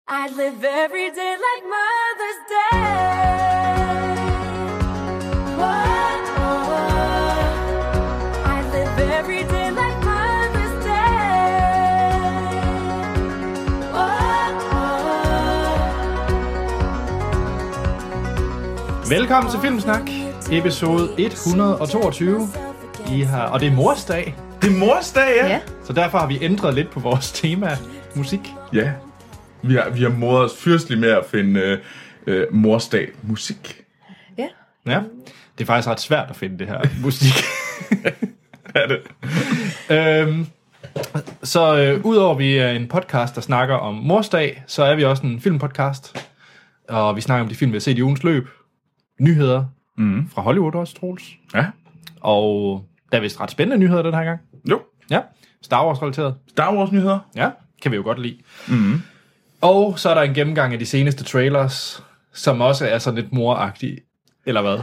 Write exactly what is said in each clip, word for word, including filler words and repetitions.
I live every day like Mother's Day. Whoa, oh, I live every day like Mother's Day. Whoa, oh. Velkommen til Filmsnak, episode et hundrede og toogtyve. I har, og det er morsdag. Det er morsdag, ja. Ja. Så derfor har vi ændret lidt på vores tema, musik. Ja. Vi har, vi har moret os fyrstelig med at finde øh, øh, morsdag musik. Ja. Ja, det er faktisk ret svært at finde det her musik. Er det? øhm, så øh, udover vi er en podcast, der snakker om morsdag, så er vi også en filmpodcast. Og vi snakker om de film, vi har set i ugens løb. Nyheder Mm. fra Hollywood også, Troels. Ja. Og der er vist ret spændende nyheder den her gang. Jo. Ja, Star Wars-relateret. Star Wars nyheder. Ja, kan vi jo godt lide. Mm. Og så er der en gennemgang af de seneste trailers, som også er sådan lidt moragtige. Eller hvad?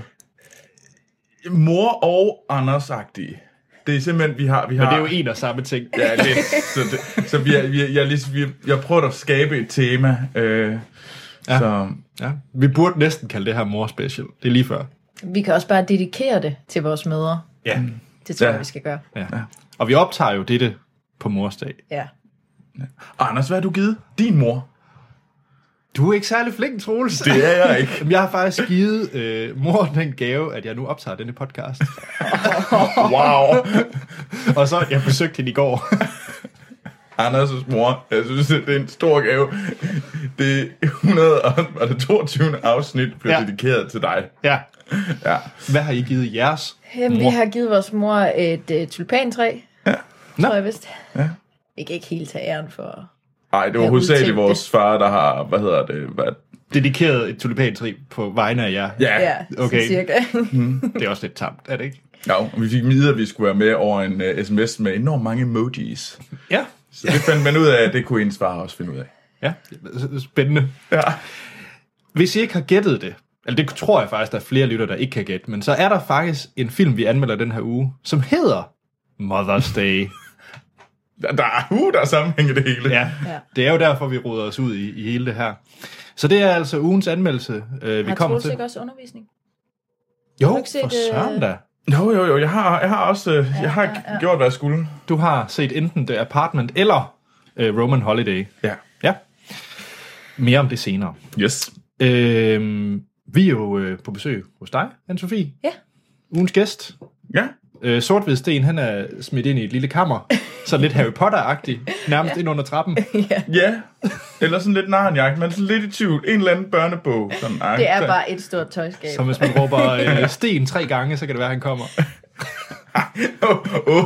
Mor og Anders-agtige. Det er simpelthen, vi har... Vi har Men det er jo en og samme ting. Ja, det, så, det, så vi har, vi, har, jeg, ligesom, vi, jeg har prøvet at skabe et tema. Øh, Ja. Så Ja. Vi burde næsten kalde det her mor-special. Det er lige før. Vi kan også bare dedikere det til vores mødre. Ja. Det tror Ja. jeg, vi skal gøre. ja. Og vi optager jo dette på morsdag. Ja. Anders, hvad har du givet din mor? Du er ikke særlig flink, Troels. Det er jeg ikke. Jamen, jeg har faktisk givet øh, mor den gave, at jeg nu optager denne podcast. Wow. Og så, jeg besøgte hende i går. Anders' mor, jeg synes, det er en stor gave. Det et hundrede og toogtyvende afsnit blev Ja. dedikeret til dig. Ja. Ja. Hvad har I givet jeres Jamen, vi mor? har givet vores mor et uh, tulpantræ. Ja. Tror Nå. jeg vist. Ja. Vi kan ikke helt tage æren for... Ej, det var Jeg hovedsageligt udtænkte vores far, der har, hvad hedder det, hvad? Dedikeret et tulipantri på vegne af jer. Ja, Ja, okay. så cirka. Det er også lidt tamt, er det ikke? ja, og vi fik midler, at vi skulle være med over en uh, sms med enormt mange emojis. Ja. Så det fandt man ud af, at det kunne ens far også finde ud af. Ja, spændende. Ja. Hvis I ikke har gættet det, eller det tror jeg faktisk, der er flere lytter, der ikke kan gætte, men så er der faktisk en film, vi anmelder den her uge, som hedder Mother's Day. Der, der, er, uh, der er sammenhæng i det hele. Ja, Ja. det er jo derfor, vi roder os ud i, i hele det her. Så det er altså ugens anmeldelse, øh, vi Har kommer Troels til. ikke også undervisning? Jo, du ikke set, for søren øh, da. Jo, jo, jo, jeg har, jeg har også øh, jeg har ja, ja. gjort, hvad jeg skulle. Du har set enten The Apartment eller øh, Roman Holiday. Ja. Ja. Mere om det senere. Yes. Øh, vi er jo øh, på besøg hos dig, Anne-Sophie. Ja. Ugens gæst. Ja. Øh, Sort-hvid sten, han er smidt ind i et lille kammer. Så lidt Harry Potter-agtig. Nærmest ind under trappen. Ja. Ja. Eller sådan lidt narnjagt, men sådan lidt i tvivl. En eller anden børnebog. Sådan, nej, Det er så- bare et stort tøjskab. Så hvis man råber øh, sten tre gange, så kan det være, han kommer. Åh, åh.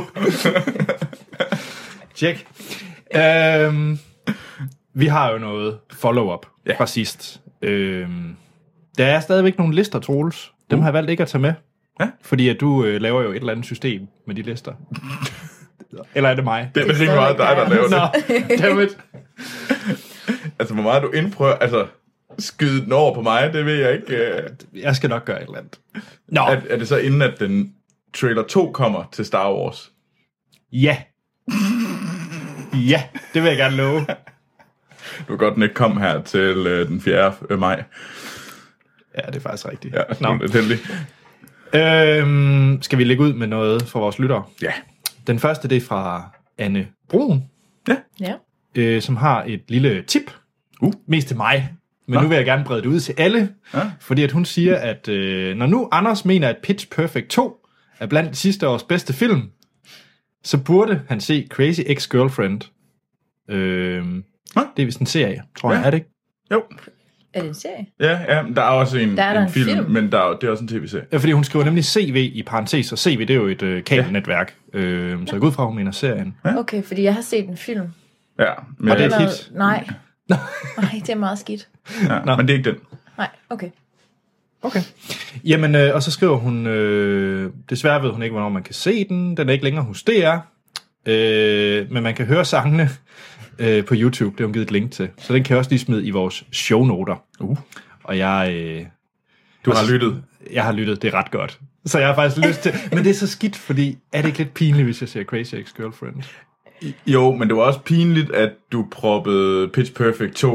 Tjek. Øhm, vi har jo noget follow-up Ja. fra sidst. Øhm, der er stadigvæk nogle lister, Troels. Dem har jeg valgt ikke at tage med. Ja. Fordi at du øh, laver jo et eller andet system med de lister. Eller er det mig? Det er Det er ikke meget dig, der laver det. Nå, dammit. Altså, hvor meget du indprøver, altså, skyde den over på mig, det ved jeg ikke. øh. Jeg skal nok gøre et eller andet. Nå, Er, er det så inden, at den trailer to kommer til Star Wars? ja. Ja, det vil jeg gerne love. Du kan godt ikke komme her til øh, den fjerde maj. Ja, det er faktisk rigtigt. Ja, Nå. Nå. Det er heldig. Øhm, skal vi lægge ud med noget for vores lyttere? Ja. Den første, det er fra Anne Brun, Ja. øh, som har et lille tip. Uh. Mest til mig. Men Nå. nu vil jeg gerne brede det ud til alle. Ja. Fordi at hun siger, at øh, når nu Anders mener, at Pitch Perfect to er blandt sidste års bedste film, så burde han se Crazy Ex-Girlfriend. Øh, Hå? det er vist en serie, tror Ja. jeg. Er det ikke? Jo. Er det en serie? Ja, ja, men der er også en, Der er der en, en film, film. men der er, det er også en tv-serie. Ja, fordi hun skriver nemlig C V i parentes, og C V det er jo et øh, kabelnetværk. Øh, så jeg går ud fra, at hun mener serien. Ja. Okay, fordi jeg har set en film. Ja, men, Og det er Den et hit. Nej. Nej, det er meget skidt. ja, Nå. men det er ikke den. Nej, okay. Okay. Jamen, øh, og så skriver hun, øh, desværre ved hun ikke, hvornår man kan se den. Den er ikke længere hos D R. Øh, men man kan høre sangene øh, på YouTube. Det har hun givet et link til. Så den kan jeg også lige smide i vores shownoter. Uh. Og jeg... Øh, Du har lyttet. Jeg har lyttet, det er ret godt. Så jeg har faktisk lyst til... Men det er så skidt, fordi er det ikke lidt pinligt, hvis jeg siger Crazy Ex-Girlfriend? Jo, men det var også pinligt, at du proppede Pitch Perfect to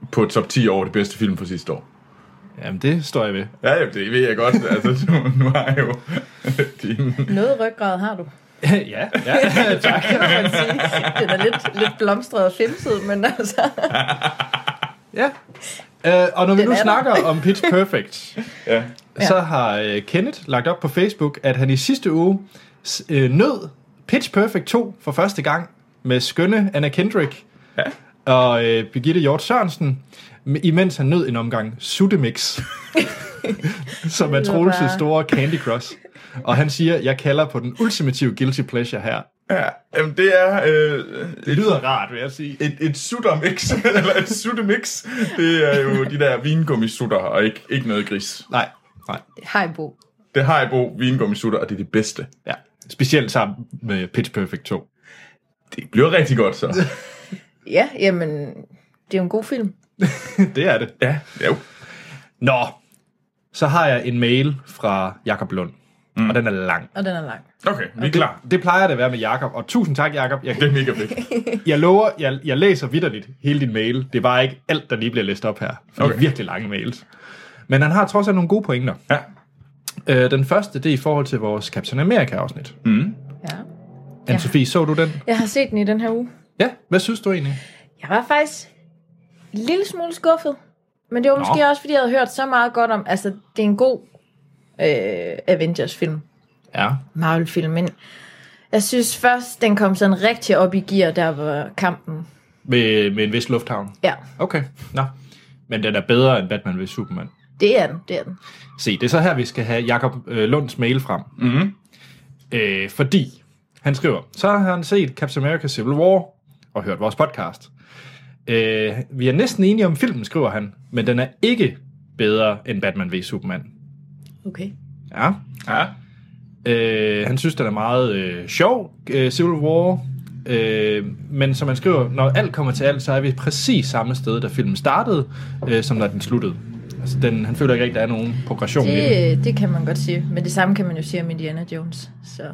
på top ti over de bedste film fra sidste år. Jamen, det står jeg ved. Ja, det ved jeg godt. Altså, nu, nu har jeg jo din... Noget ryggrad har du. ja, ja, tak. Kan man sige. Den er lidt, lidt blomstret og femset, men altså... Ja. Uh, og når vi Den nu er der. snakker om Pitch Perfect, Ja. så har uh, Kenneth lagt op på Facebook, at han i sidste uge uh, nød Pitch Perfect to for første gang med skønne Anna Kendrick Ja. og uh, Birgitte Hjort Sørensen, imens han nød en omgang Sutemix, som er lyder Troelses bare- store Candy Crush. Og han siger, jeg kalder på den ultimative guilty pleasure her. Ja, jamen det er... Øh, Det lyder rart, vil jeg sige. et, et suttermix, eller et suttemix. Det er jo de der vingummisutter, og ikke, ikke noget gris. Nej, nej. Haribo. Det har jeg bo vingummisutter, og det er det bedste. Ja. Specielt sammen med Pitch Perfect to. Det bliver rigtig godt, så. Ja, jamen, det er jo en god film. Det er det. Ja, jo. Nå, så har jeg en mail fra Jakob Lund, mm. og den er lang. Og den er lang. Okay, vi er klar. Det, det plejer det at være med Jakob, og tusind tak, Jakob. Jeg, Det er mega fedt. jeg lover, jeg, jeg læser vitterligt hele din mail. Det er bare ikke alt, der lige bliver læst op her, for okay. Det Okay. er virkelig lange mails. Men han har trods alt nogle gode pointer. Ja. Øh, den første, det er i forhold til vores Captain America-afsnit. Mm. Ja. Anne-Sophie, så du den? Jeg har set den i den her uge. Ja, hvad synes du egentlig? Jeg var faktisk en lille smule skuffet. Men det var Nå. måske også, fordi jeg havde hørt så meget godt om... Altså, det er en god øh, Avengers-film. Ja. Marvel-film. Men jeg synes først, den kom sådan rigtig op i gear, der var kampen. Med, med en vis lufthavn? Ja, Okay, nå. Men den er bedre end Batman ved Superman. det er den, det er den. Se, det er så her, vi skal have Jakob øh, Lunds mail frem. Mm-hmm. Øh, fordi han skriver, så har han set Captain America Civil War og hørt vores podcast. Øh, vi er næsten enige om filmen, skriver han, men den er ikke bedre end Batman v Superman. Okay. Ja. Ja. Øh, han synes, den er meget øh, sjov, øh, Civil War. Øh, men som han skriver, når alt kommer til alt, så er vi præcis samme sted, da filmen startede, øh, som da den sluttede. Altså, den, han føler ikke rigtig, der er nogen progression i den. Det, det kan man godt sige. Men det samme kan man jo sige om Indiana Jones. Så.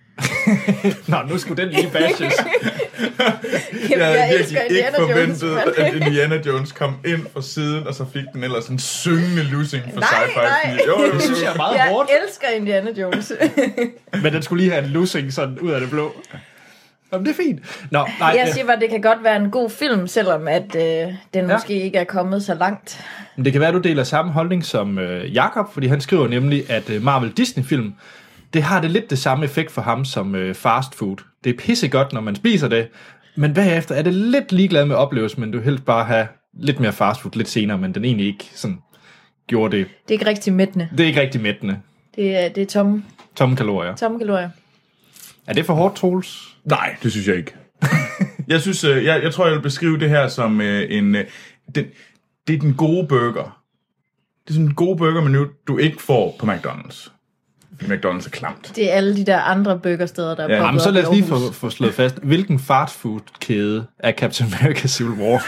Nå, nu skulle den lige bashes. Jamen, Jeg havde jeg virkelig elsker ikke Indiana Jones. forventet, men- at Indiana Jones kom ind fra siden, og så fik den ellers en syngende losing for Nej, sci-fi. nej. Jo, jo, jo. Det synes jeg er meget Jeg hårdt, elsker Indiana Jones. men den skulle lige have en losing sådan ud af det blå. Jamen, det er fint. Nå, nej, Jeg ja. siger bare, det kan godt være en god film, selvom at øh, den Ja. måske ikke er kommet så langt. Men det kan være, at du deler samme holdning som øh, Jakob, fordi han skriver nemlig, at øh, Marvel Disney-film, det har det lidt det samme effekt for ham som øh, fast food. Det er pissegodt, når man spiser det, men bagefter er det lidt ligeglad med oplevelsen, men du vil helst bare have lidt mere fast food lidt senere, men den egentlig ikke sådan gjorde det. Det er ikke rigtig mættende. Det er ikke rigtig mættende. Det er, det er tomme, Tomme kalorier. tomme kalorier. Er det for hårdt, Troels? Nej, det synes jeg ikke. jeg synes, øh, jeg, jeg tror, jeg vil beskrive det her som øh, en... Øh, den, det er den gode burger. Det er sådan en god burgermenu, du ikke får på McDonald's. Fordi McDonald's er klamt. Det er alle de der andre burgersteder, der er Ja, poppet Jamen, så op lad i os lige Aarhus. få, få slået fast, hvilken fast food kæde er Captain America Civil War?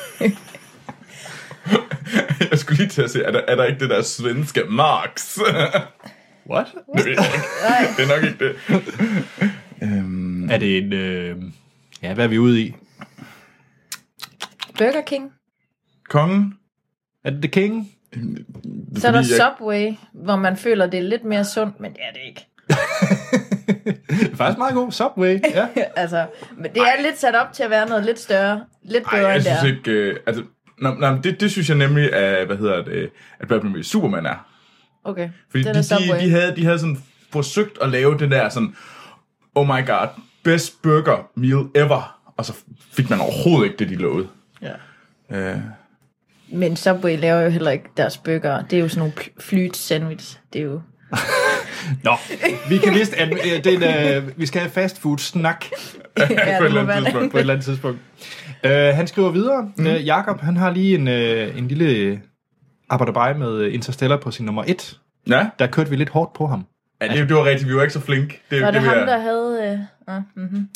Jeg skulle lige til at se, er der, er der ikke det der svenske Marx? What? det, ved jeg ikke. Det er nok ikke det. øhm, Er det en... Øh... Ja, hvad er vi ude i? Burger King. kongen? Er det The King? Så er der Fordi jeg- Subway, hvor man føler, det er lidt mere sundt, men det er det ikke. Det er faktisk meget god. Subway, ja. Altså, men det er lidt sat op til at være noget lidt større, lidt Ej, bedre jeg end det synes er. ikke... Øh, altså, nå, nå, det, det synes jeg nemlig, at, hvad hedder det, at Batman v Superman er. Okay, Fordi det er de, der Subway. de, de, havde, de havde sådan forsøgt at lave den der sådan, oh my god, best burger meal ever. Og så fik man overhovedet ikke det, de lovede. Ja. Øh, Men Subway laver jo heller ikke deres burger. Det er jo sådan nogle pl- flyt sandwich. Det er jo... Nå, vi kan vist... At, øh, det er en, øh, vi skal have fast food snak ja, på et det eller må andet være tidspunkt. på et eller andet tidspunkt. Uh, han skriver videre. Mm. Uh, Jakob, han har lige en, uh, en lille arbejderbej med Interstellar på sin nummer et. Ja, Der kørte vi lidt hårdt på ham. ja det, det var rigtigt. Vi var ikke så flink. Det, Var det vil ham, jeg- der havde... Øh... Uh, mm-hmm.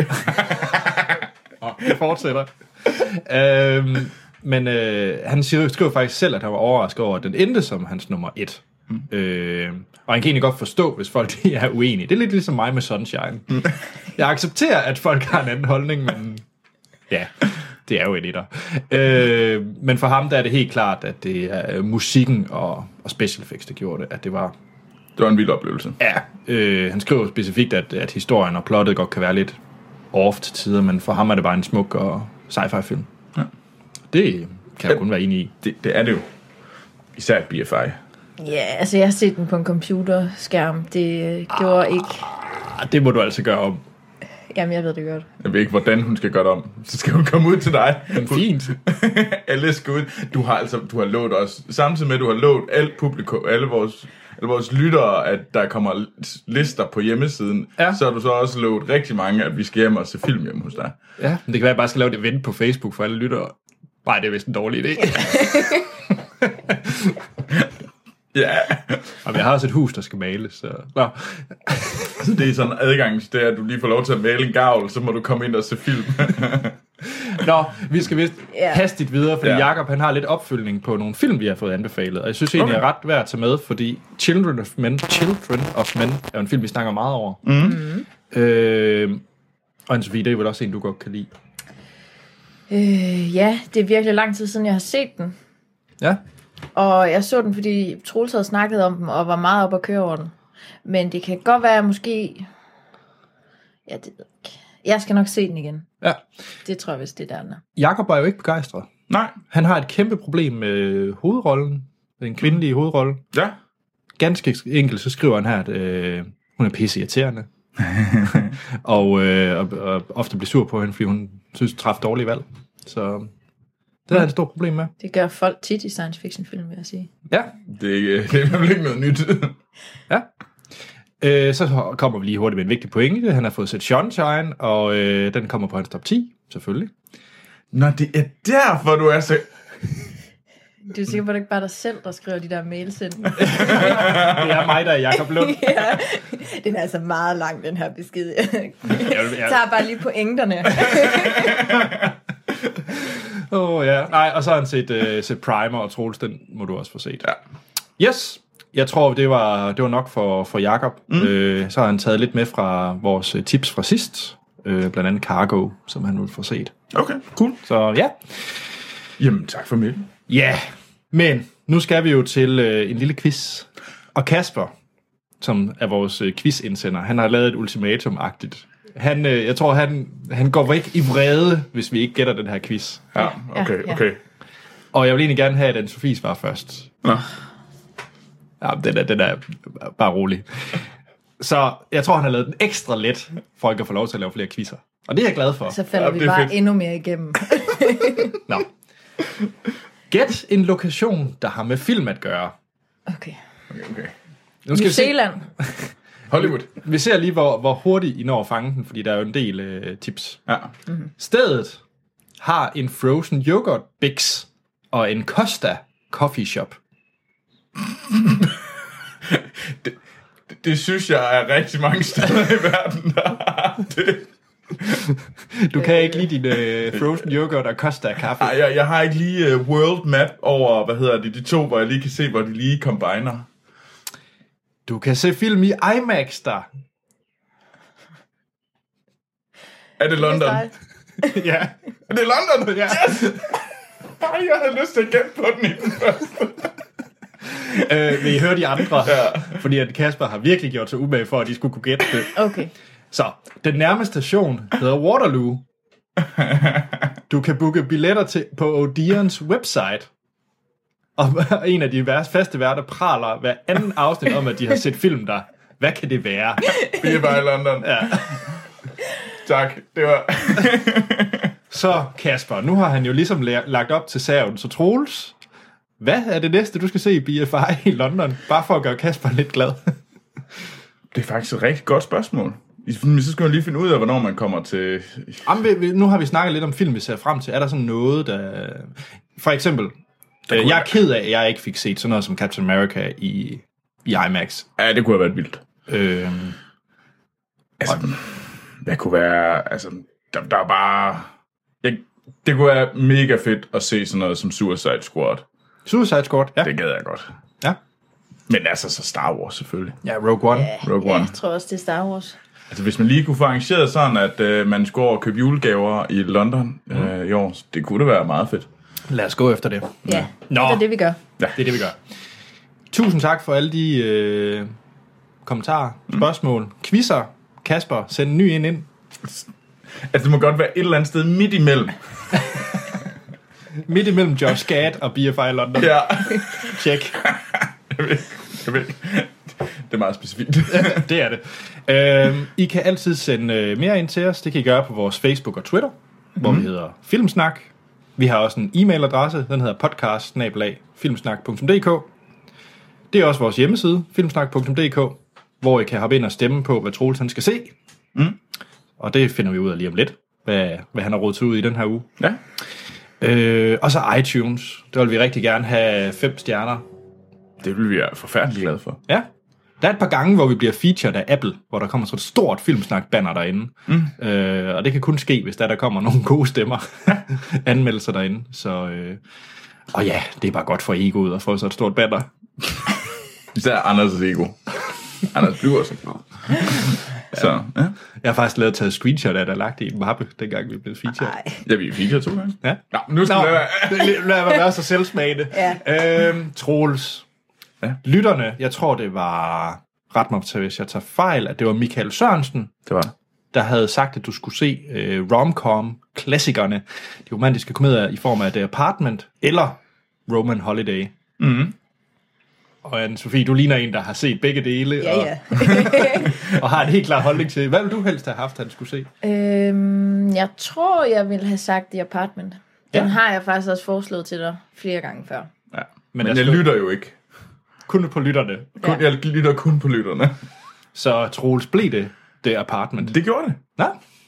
Det fortsætter. uh, men uh, han siger, skriver faktisk selv, at han var overrasket over, at den endte som hans nummer et. Mm. Uh, og han kan egentlig godt forstå, hvis folk er uenige. Det er lidt ligesom mig med Sunshine. Mm. Jeg accepterer, at folk har en anden holdning, men ja, det er jo en etter. Øh, men for ham der er det helt klart, at det er musikken og, og special effects, der gjorde det, at det var... Det var en vild oplevelse. Ja, øh, han skriver specifikt, at, at historien og plottet godt kan være lidt off til tider, men for ham er det bare en smuk og sci-fi film. Ja. Det kan jeg kun være enig i. Det, det er det jo. Især B F I. Ja, altså jeg har set den på en computerskærm. Det øh, gjorde Ah. ikke... Det må du altså gøre om. Jamen, jeg ved det godt. Jeg ved ikke, hvordan hun skal gøre det om. Så skal hun komme ud til dig. Men fint. Alle skal ud. Du har altså, du har lovet os, samtidig med, at du har lovet alt publikum, alle vores, alle vores lyttere, at der kommer lister på hjemmesiden, Ja. så har du så også lovet rigtig mange, at vi skal hjem og se film hjemme hos dig. Ja, men det kan være, at jeg bare skal lave et event på Facebook for alle lyttere. Nej, det er vist en dårlig idé. Ja. Og jeg har også et hus, der skal males. Så... Nå. Så det er sådan adgangs, det er, at du lige får lov til at male en gavl, så må du komme ind og se film. Nå, vi skal vist Ja. hastigt videre, fordi Ja. ja. Jacob han har lidt opfølgning på nogle film, vi har fået anbefalet. Og jeg synes egentlig, Okay. det er ret værd at tage med, fordi Children of Men, Children of Men er jo en film, vi snakker meget over. Mm. Øh, og en Sofie, det er vel også en, du godt kan lide. Øh, ja, det er virkelig lang tid siden, jeg har set den. Ja. Og jeg så den, fordi Troels havde snakket om den, og var meget op at køre over den. Men det kan godt være, måske... Ja, det ved jeg ikke. Jeg skal nok se den igen. Ja. Det tror jeg, hvis det er der, den er. Jacob er jo ikke begejstret. Nej. Han har et kæmpe problem med hovedrollen, den kvindelige hovedrolle. Ja. Ganske enkelt, så skriver han her, at øh, hun er pisse irriterende. og, øh, og, og ofte bliver sur på hende, fordi hun synes, hun træffer dårlige valg. Så det er et stort problem med. Det gør folk tit i science fiction film, vil jeg sige. Ja. Det er, ikke, det er i hvert fald ikke noget nyt. Ja. Øh, så kommer vi lige hurtigt med en vigtig pointe. Han har fået set Sunshine, og øh, den kommer på hans top ti, selvfølgelig. Nå, det er derfor, du er så... Du er sikker på, at det ikke bare er dig selv, der skriver de der mails ind? Det er mig, der er Jacob Lund. Ja, den er altså meget lang, den her besked. Jeg Jeg, jeg, tager bare lige pointerne. Åh oh, ja, nej, og så har han set, uh, set Primer og Troels, den må du også få set. Ja. Yes, jeg tror, det var, det var nok for, for Jacob. Mm. Øh, så har han taget lidt med fra vores øh, tips fra sidst, øh, blandt andet Cargo, som han nu får set. Okay, cool. Så ja. Jamen, tak for mig. Ja, men nu skal vi jo til øh, en lille quiz. Og Kasper, som er vores øh, quiz-indsender, han har lavet et ultimatum-agtigt. Han, øh, jeg tror, han, han går væk i vrede, hvis vi ikke gætter den her quiz. Ja, okay, ja, ja. okay. Og jeg vil egentlig gerne have, at Anne-Sophie svarer først. Nå. Ja, den er, den er bare rolig. Så jeg tror, han har lavet den ekstra let, for at ikke at få lov til at lave flere quizzer. Og det er jeg glad for. Så falder Ja, vi det er bare fedt. endnu mere igennem. Nå. Gæt en lokation, der har med film at gøre. Okay. Okay, okay. Nu skal New vi, se, Zealand. Hollywood. vi ser lige, hvor, hvor hurtigt I når at fange den, fordi der er jo en del øh, tips. Ja. Stedet har en frozen yoghurt Bix og en Costa coffee shop. Det, det synes jeg er rigtig mange steder i verden, der har det. Du kan ikke lide din øh, frozen yoghurt og Costa kaffe. Ej, jeg, jeg har ikke lige uh, world map over, hvad hedder det, de to, hvor jeg lige kan se, hvor de lige combiner. Du kan se film i IMAX der. Er det London? Ja. Er det London? Ja. Yes! Ej, jeg havde lyst til at gætte på den i den første. øh, vil I høre de andre? Ja. Fordi at Kasper har virkelig gjort sig umage for, at de skulle kunne gætte det. Okay. Så, den nærmeste station hedder Waterloo. Du kan booke billetter til på Odeons website. Og en af de værste faste værter praler hver anden afsnit om, at de har set film der. Hvad kan det være? Vi er bare i London. Ja. Tak, det var... Så Kasper, nu har han jo ligesom la- lagt op til serven. Så Troels, hvad er det næste, du skal se i B F I i London? Bare for at gøre Kasper lidt glad. Det er faktisk et rigtig godt spørgsmål. Så skal man lige finde ud af, hvornår man kommer til... Jamen, vi- vi- nu har vi snakket lidt om film, vi ser frem til. Er der sådan noget, der... For eksempel, øh, jeg er ked af, at jeg ikke fik set sådan noget som Captain America i, i IMAX. Ja, det kunne have været vildt. Øh, Altså, hvad kunne være... Altså, der, der er bare... Jeg, det kunne være mega fedt at se sådan noget som Suicide Squad. Suicide Squad, ja. Det gad jeg godt. Ja, Men altså, så Star Wars selvfølgelig. ja Rogue One. Ja, Rogue ja, One. jeg tror også, det er Star Wars. Altså, hvis man lige kunne få arrangeret sådan, at øh, man skulle over og købe julegaver i London øh, i år, det kunne det være meget fedt. Lad os gå efter det. Ja, Nå. det er det, vi gør. Ja, det er det, vi gør. Tusind tak for alle de øh, kommentarer, spørgsmål, quizzer. Kasper, send en ny ind ind. Altså, det må godt være et eller andet sted midt imellem. Midt imellem Josh Gad og B F I London. Ja. Check. Jeg ved, jeg ved. Det er meget specifikt. Det er det. Øh, I kan altid sende øh, mere ind til os. Det kan I gøre på vores Facebook og Twitter, mm-hmm. hvor vi hedder Filmsnak. Vi har også en e-mailadresse. Den hedder podcast bindestreg filmsnak punktum d k. Det er også vores hjemmeside, filmsnak punktum d k, hvor I kan hoppe ind og stemme på, hvad Troels han skal se. Mm. Og det finder vi ud af lige om lidt, hvad, hvad han har råd til ud i den her uge. Ja. Øh, og så iTunes. Der vil vi rigtig gerne have fem stjerner. Det vil vi være forfærdeligt glade for. Ja. Der er et par gange, hvor vi bliver featured af Apple, hvor der kommer så et stort filmsnak-banner derinde. Mm. Øh, og det kan kun ske, hvis der, der kommer nogle gode stemmer. Anmeldelser derinde. Så, øh, og ja, det er bare godt for egoet at få så et stort banner. Især Anders' ego. Anders bliver så meget. Så, ja. Jeg har faktisk lavet taget screenshot af det og lagt det i en mappe, dengang vi blev featured. Nej. Ja, vi er featured to gange. Ja. Nå, nu skal Nå, vi være... lad mig være så selvsmagende. Ja. Øhm, Troels. Ja. Lytterne, jeg tror det var, ret mig til, hvis jeg tager fejl, at det var Michael Sørensen, Det var det. der havde sagt, at du skulle se øh, rom-com-klassikerne, de romantiske komedier i form af The Apartment, eller Roman Holiday. Mm-hmm. Og Anne-Sophie, du ligner en, der har set begge dele, Ja, og, ja. og har en helt klar holdning til, hvad vil du helst have haft, han skulle se? øhm, jeg tror, jeg ville have sagt The Apartment. Den Ja. har jeg faktisk også foreslået til dig flere gange før. Ja. Men Men, jeg jeg skal- lytter jo ikke. Kun på lytterne. Kun, Ja. Jeg lytter kun på lytterne. Så Troels, blev det The Apartment? Det gjorde det. Nå,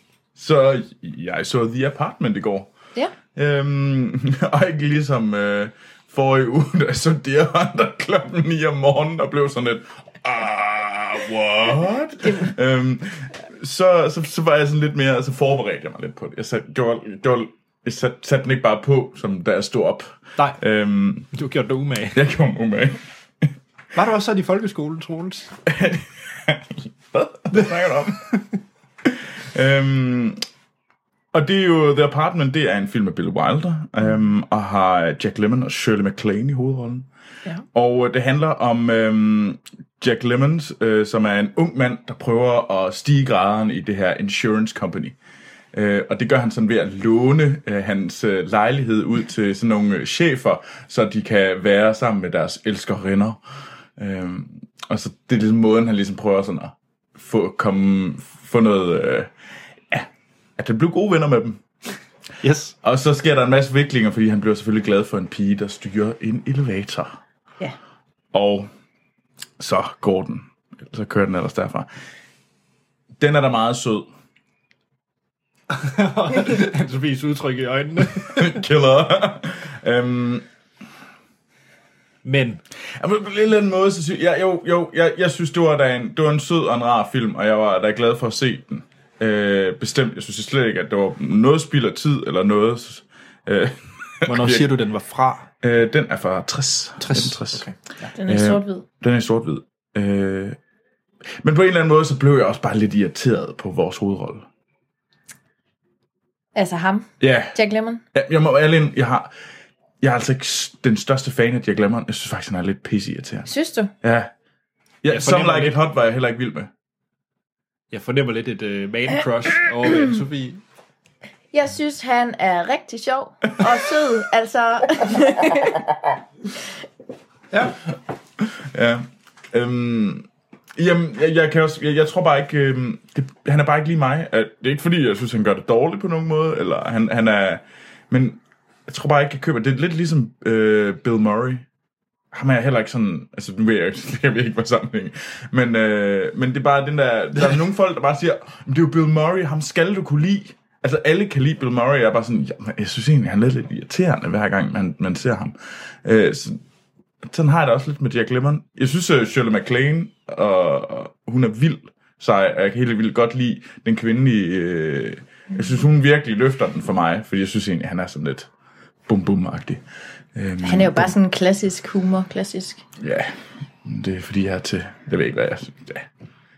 Så jeg så The Apartment i går. Ja. Øhm, og ikke ligesom øh, forrige uge, da jeg så Deer Hunter klokken ni om morgenen, og blev sådan lidt, ah, what? øhm, så, så, så var jeg sådan lidt mere, så forberedte jeg mig lidt på det. Jeg satte, gjorde, gjorde, jeg satte, satte den ikke bare på, som da jeg stod op. nej, Øhm, du har gjort dig umage. jeg gjorde mig umage. Var du også sådan i folkeskolen, Troels? Hvad? Hvad snakker du om? øhm, og det er jo, The Apartment, det er en film af Billy Wilder, øhm, og har Jack Lemmon og Shirley MacLaine i hovedrollen. Ja. Og øh, det handler om øhm, Jack Lemmon, øh, som er en ung mand, der prøver at stige graderen i det her insurance company. Øh, og det gør han sådan ved at låne øh, hans øh, lejlighed ud til sådan nogle øh, chefer, så de kan være sammen med deres elskerinder. Øh, og så det er ligesom måden, han ligesom prøver sådan at få, komme, få noget... Øh, ja, at han bliver gode venner med dem. Yes. Og så sker der en masse viklinger, fordi han bliver selvfølgelig glad for en pige, der styrer en elevator. Ja. Og så går den. Så kører den ellers derfra. Den er da meget sød. Anne-Sophies udtryk i øjnene. Killer. øhm, Men, Ja, på en eller anden måde, så synes jeg, jo, jo, jeg, jeg synes, det var, da en, det var en sød og en rar film, og jeg var da glad for at se den. Øh, bestemt, jeg synes slet ikke, at det var noget spild af tid, eller noget. Øh, hvornår siger du, den var fra? øh, den er fra tres. tres. tres. Okay. Ja. Den er sort-hvid. Den er i sort-hvid. Øh, men på en eller anden måde, så blev jeg også bare lidt irriteret på vores hovedrolle. Altså ham. Ja, Jack Lemmon. jeg, jeg må ærlig, jeg har... Jeg er altså ikke s- den største fan af Jack Lemmon. Jeg synes faktisk, han er lidt pisseirriterende. Synes du? Ja. Ja, Some fornemmer Like lidt- It Hot var jeg heller ikke vild med. Jeg fornemmer lidt et uh, man-crush over ved Anne-Sophie. Jeg synes, han er rigtig sjov og sød. Altså, Ja. Ja. Øhm, jamen, jeg, jeg kan også... Jeg, jeg tror bare ikke... Øhm, det, han er bare ikke lige mig. At, det er ikke fordi, jeg synes, han gør det dårligt på nogen måde. Eller han, han er... Men jeg tror bare ikke, jeg køber... Det er lidt ligesom øh, Bill Murray. Ham er jeg heller ikke sådan... Altså, nu ved jeg, jeg ved ikke, hvad sammenhæng. Men, øh, men det er bare den der... Der er nogle folk, der bare siger, det er jo Bill Murray, ham skal du kunne lide. Altså, alle kan lide Bill Murray. Jeg er bare sådan, ja, jeg synes egentlig, han er lidt irriterende, hver gang man, man ser ham. Øh, så, sådan har jeg det også lidt med Jack Lemmon. Jeg synes, at Shirley MacLaine, og, og hun er vild sej, og jeg kan helt vildt godt lide den kvindelige... Øh, jeg synes, hun virkelig løfter den for mig, fordi jeg synes egentlig, han er sådan lidt bum-bum-agtig. Øhm, han er jo bare sådan en klassisk humor. Klassisk. Ja, det er fordi, jeg er til... Jeg ved ikke, hvad jeg synes. Ja.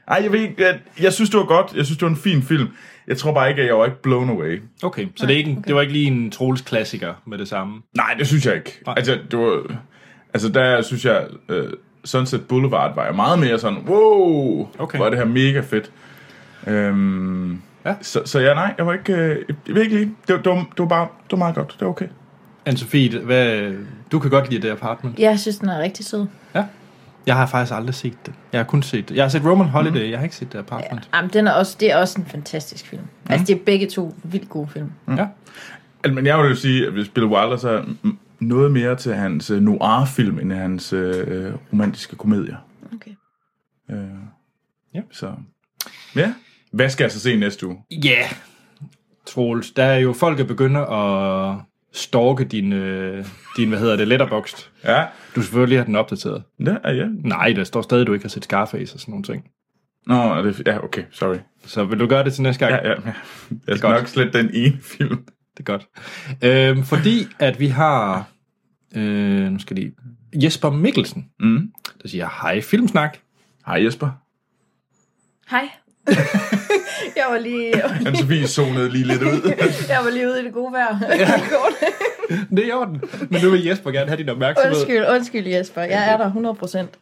Ej, jeg ved ikke, jeg, jeg synes, det var godt. Jeg synes, det var en fin film. Jeg tror bare ikke, at jeg var ikke blown away. Okay, så det, er ikke, okay. det var ikke lige en Troels klassiker med det samme? Nej, det synes jeg ikke. Nej. Altså, det var, altså der synes jeg, uh, Sunset Boulevard var jo meget mere sådan, wow, okay. var det her mega fedt. Um, ja. så, så ja, nej, jeg var ikke, uh, jeg ved ikke lige, det, det, var, det var bare, det var meget godt, det var okay. Anne-Sophie, hvad, du kan godt lide det Apartment. Jeg synes, den er rigtig sød. Ja. Jeg har faktisk aldrig set det. Jeg har kun set det. Jeg har set Roman Holiday, mm. jeg har ikke set det Apartment. Ja, jamen, den er også, det er også en fantastisk film. Mm. Altså, det er begge to vildt gode film. Mm. Ja. Altså, men jeg vil jo sige, at hvis Billy Wilder så er noget mere til hans uh, noir-film, end hans uh, romantiske komedier. Okay. Uh, ja. Så, ja. Hvad skal jeg så se næste uge? Ja, yeah. Troels, der er jo folk, der begynder at stalke din, øh, din hvad hedder det, Letterboxd. Ja. Du selvfølgelig har den opdateret. Ja, ja. Nej, der står stadig, du ikke har set Scarface og sådan nogle ting. Nå, det, ja, okay, sorry. Så vil du gøre det til næste gang? Ja, ja, ja. Jeg skal nok slette den ene film. Det er godt. Øhm, fordi at vi har, øh, nu skal lige, Jesper Mikkelsen, mm. der siger, hej Filmsnak. Hej Jesper. Hej. jeg var lige... Anne-Sophie zonede lige lidt ud. jeg var lige ude i det gode vejr. Det er i orden. Men nu vil Jesper gerne have din opmærksomhed. Undskyld, undskyld Jesper. Jeg er der hundrede procent.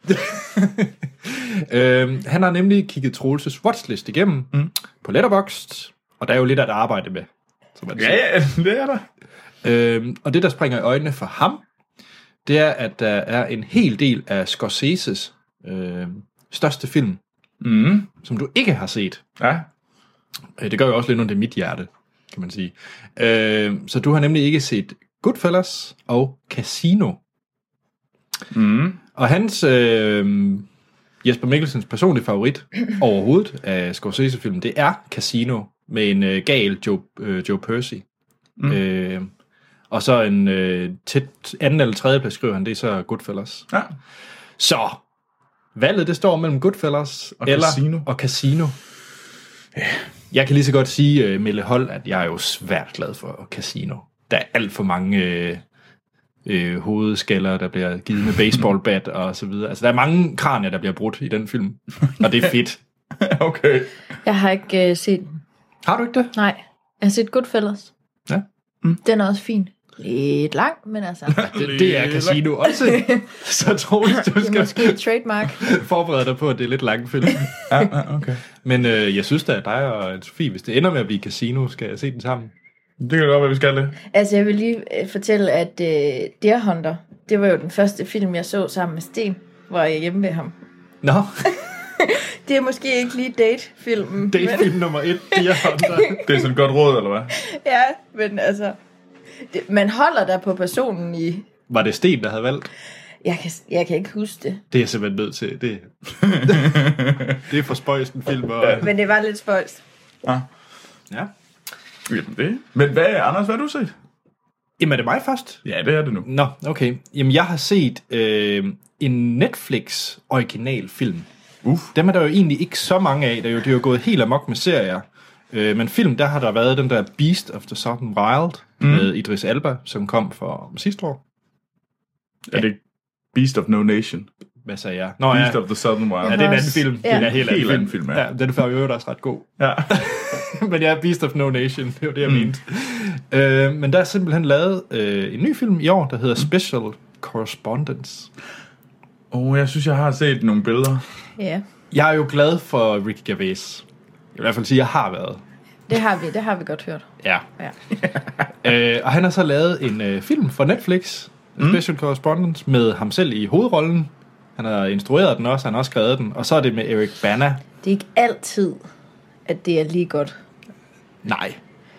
øhm, han har nemlig kigget Troelses watchlist igennem mm. på Letterboxd, og der er jo lidt at arbejde med. Som man ja, ja, det er der. Øhm, og det, der springer i øjnene for ham, det er, at der er en hel del af Scorseses øh, største film, mm. som du ikke har set. Ja. Det gør jo også lidt under mit hjerte, kan man sige. Øh, så du har nemlig ikke set Goodfellas og Casino. Mm. Og hans, øh, Jesper Mikkelsens personlige favorit overhovedet af Scorsese-filmen, det er Casino med en øh, gal Joe, øh, Joe Pesci. Mm. Øh, og så en øh, tæt anden eller tredje plads, skriver han, det er så Goodfellas. Ja. Så valget, det står mellem Goodfellas og eller, Casino. og Casino. Yeah. Jeg kan lige så godt sige, uh, Mille Hold, at jeg er jo svært glad for Casino. Der er alt for mange øh, øh, hovedskaller, der bliver givet med baseballbat og så videre. Altså, der er mange kranier, der bliver brudt i den film, og det er fedt. Okay. Jeg har ikke øh, set den. Har du ikke det? Nej, jeg har set Goodfellas. Ja. Mm. Den er også fin. Lidt lang, men altså... det, det er Casino også. Så tror jeg, du Det er skal måske et trademark. forberede dig på, at det er lidt lang film. Ja, okay. Men øh, jeg synes da, at dig og Sofie, hvis det ender med at blive Casino, skal jeg se den sammen. Det kan godt være, vi skal det. Altså, jeg vil lige øh, fortælle, at øh, Deer Hunter, det var jo den første film, jeg så sammen med Sten, hvor jeg er hjemme ved ham. Nå. Det er måske ikke lige date-filmen. Date-film men... nummer et, Deer Hunter. Det er sådan et godt råd, eller hvad? Ja, men altså... Det, man holder der på personen i... Var det Sten, der havde valgt? Jeg kan, jeg kan ikke huske det. Det er jeg simpelthen nødt til. Det, det er for spøjst en film. Og... Ja. Men det var lidt spøjst. Ah. Ja. Jamen det. Men hvad, Anders, hvad har du set? Jamen er det mig først? Ja, det er det nu. Nå, okay. Jamen jeg har set øh, en Netflix original film. Uff. Dem er der jo egentlig ikke så mange af. Der er jo, det er jo gået helt amok med serier. Øh, men film, der har der været den der Beast of the Southern Wild mm. med Idris Elba, som kom for sidste år. Er det Beast of No Nation? Hvad sagde jeg? Nå, Beast ja. of the Southern Wild. Ja, det er en anden film. Ja. Det er en helt, Helt anden anden film. film, ja. Ja, den er jo også ret god. Ja. Men ja, Beast of No Nation, det var det, jeg mm. mente. Øh, men der er simpelthen lavet øh, en ny film i år, der hedder Special Correspondence. Åh, oh, jeg synes, jeg har set nogle billeder. Ja, Jeg er jo glad for Ricky Gervais. Jeg vil i hvert fald sige, at jeg har været. det har vi, det har vi godt hørt. Ja. Ja. øh, og han har så lavet en øh, film for Netflix, mm. Special Correspondence, med ham selv i hovedrollen. Han har instrueret den også, han har også skrevet den. Og så er det med Eric Bana. Det er ikke altid, at det er lige godt. Nej.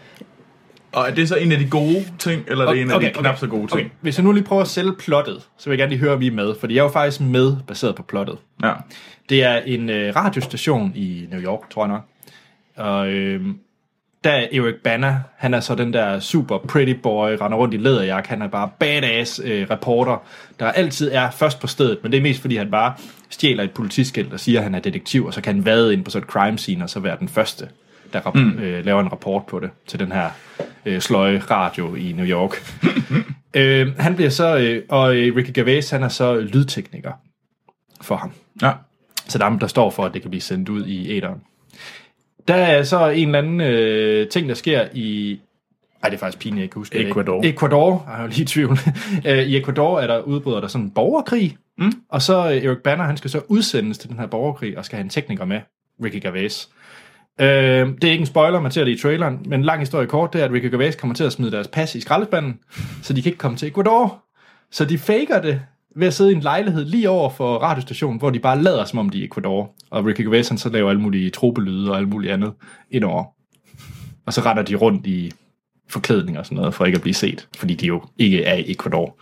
Og er det så en af de gode ting, eller er det Okay, en af okay, de knap okay. så gode ting? Okay. Hvis jeg nu lige prøver at sælge plottet, så vil jeg gerne lige høre, om I er med. Fordi jeg er jo faktisk med, baseret på plottet. Ja. Det er en øh, radiostation i New York, tror jeg nok. Og øh, der er Eric Bana, han er så den der super pretty boy, render rundt i læderjakke. Han er bare badass øh, reporter, der altid er først på stedet. Men det er mest fordi, han bare stjæler et politiskilt og siger, at han er detektiv. Og så kan han vade ind på sådan et crime scene og så være den første, der rap- mm. øh, laver en rapport på det til den her øh, sløje radio i New York. øh, han bliver så, øh, og øh, Ricky Gervais, han er så lydtekniker for ham. Ja. Så der er, der står for, at det kan blive sendt ud i æteren. Der er så en eller anden øh, ting, der sker i... Ej, det er faktisk pinligt, jeg kan huske det. Ecuador. Ecuador, jeg er jo lige i tvivl. I Ecuador er der udbryder der sådan en borgerkrig, mm. og så Eric Bana, han skal så udsendes til den her borgerkrig, og skal have en tekniker med, Ricky Gervais. Øh, det er ikke en spoiler, man ser det i traileren, men en lang historie kort, det er, at Ricky Gervais kommer til at smide deres pas i skraldespanden, så de kan ikke komme til Ecuador. Så de faker det ved at sidde i en lejlighed lige over for radiostationen, hvor de bare lader, som om de er i Ecuador. Og Ricky Gervais, han så laver alle mulige trobelyde og alt muligt andet indover. Og så retter de rundt i forklædning og sådan noget, for ikke at blive set, fordi de jo ikke er i Ecuador.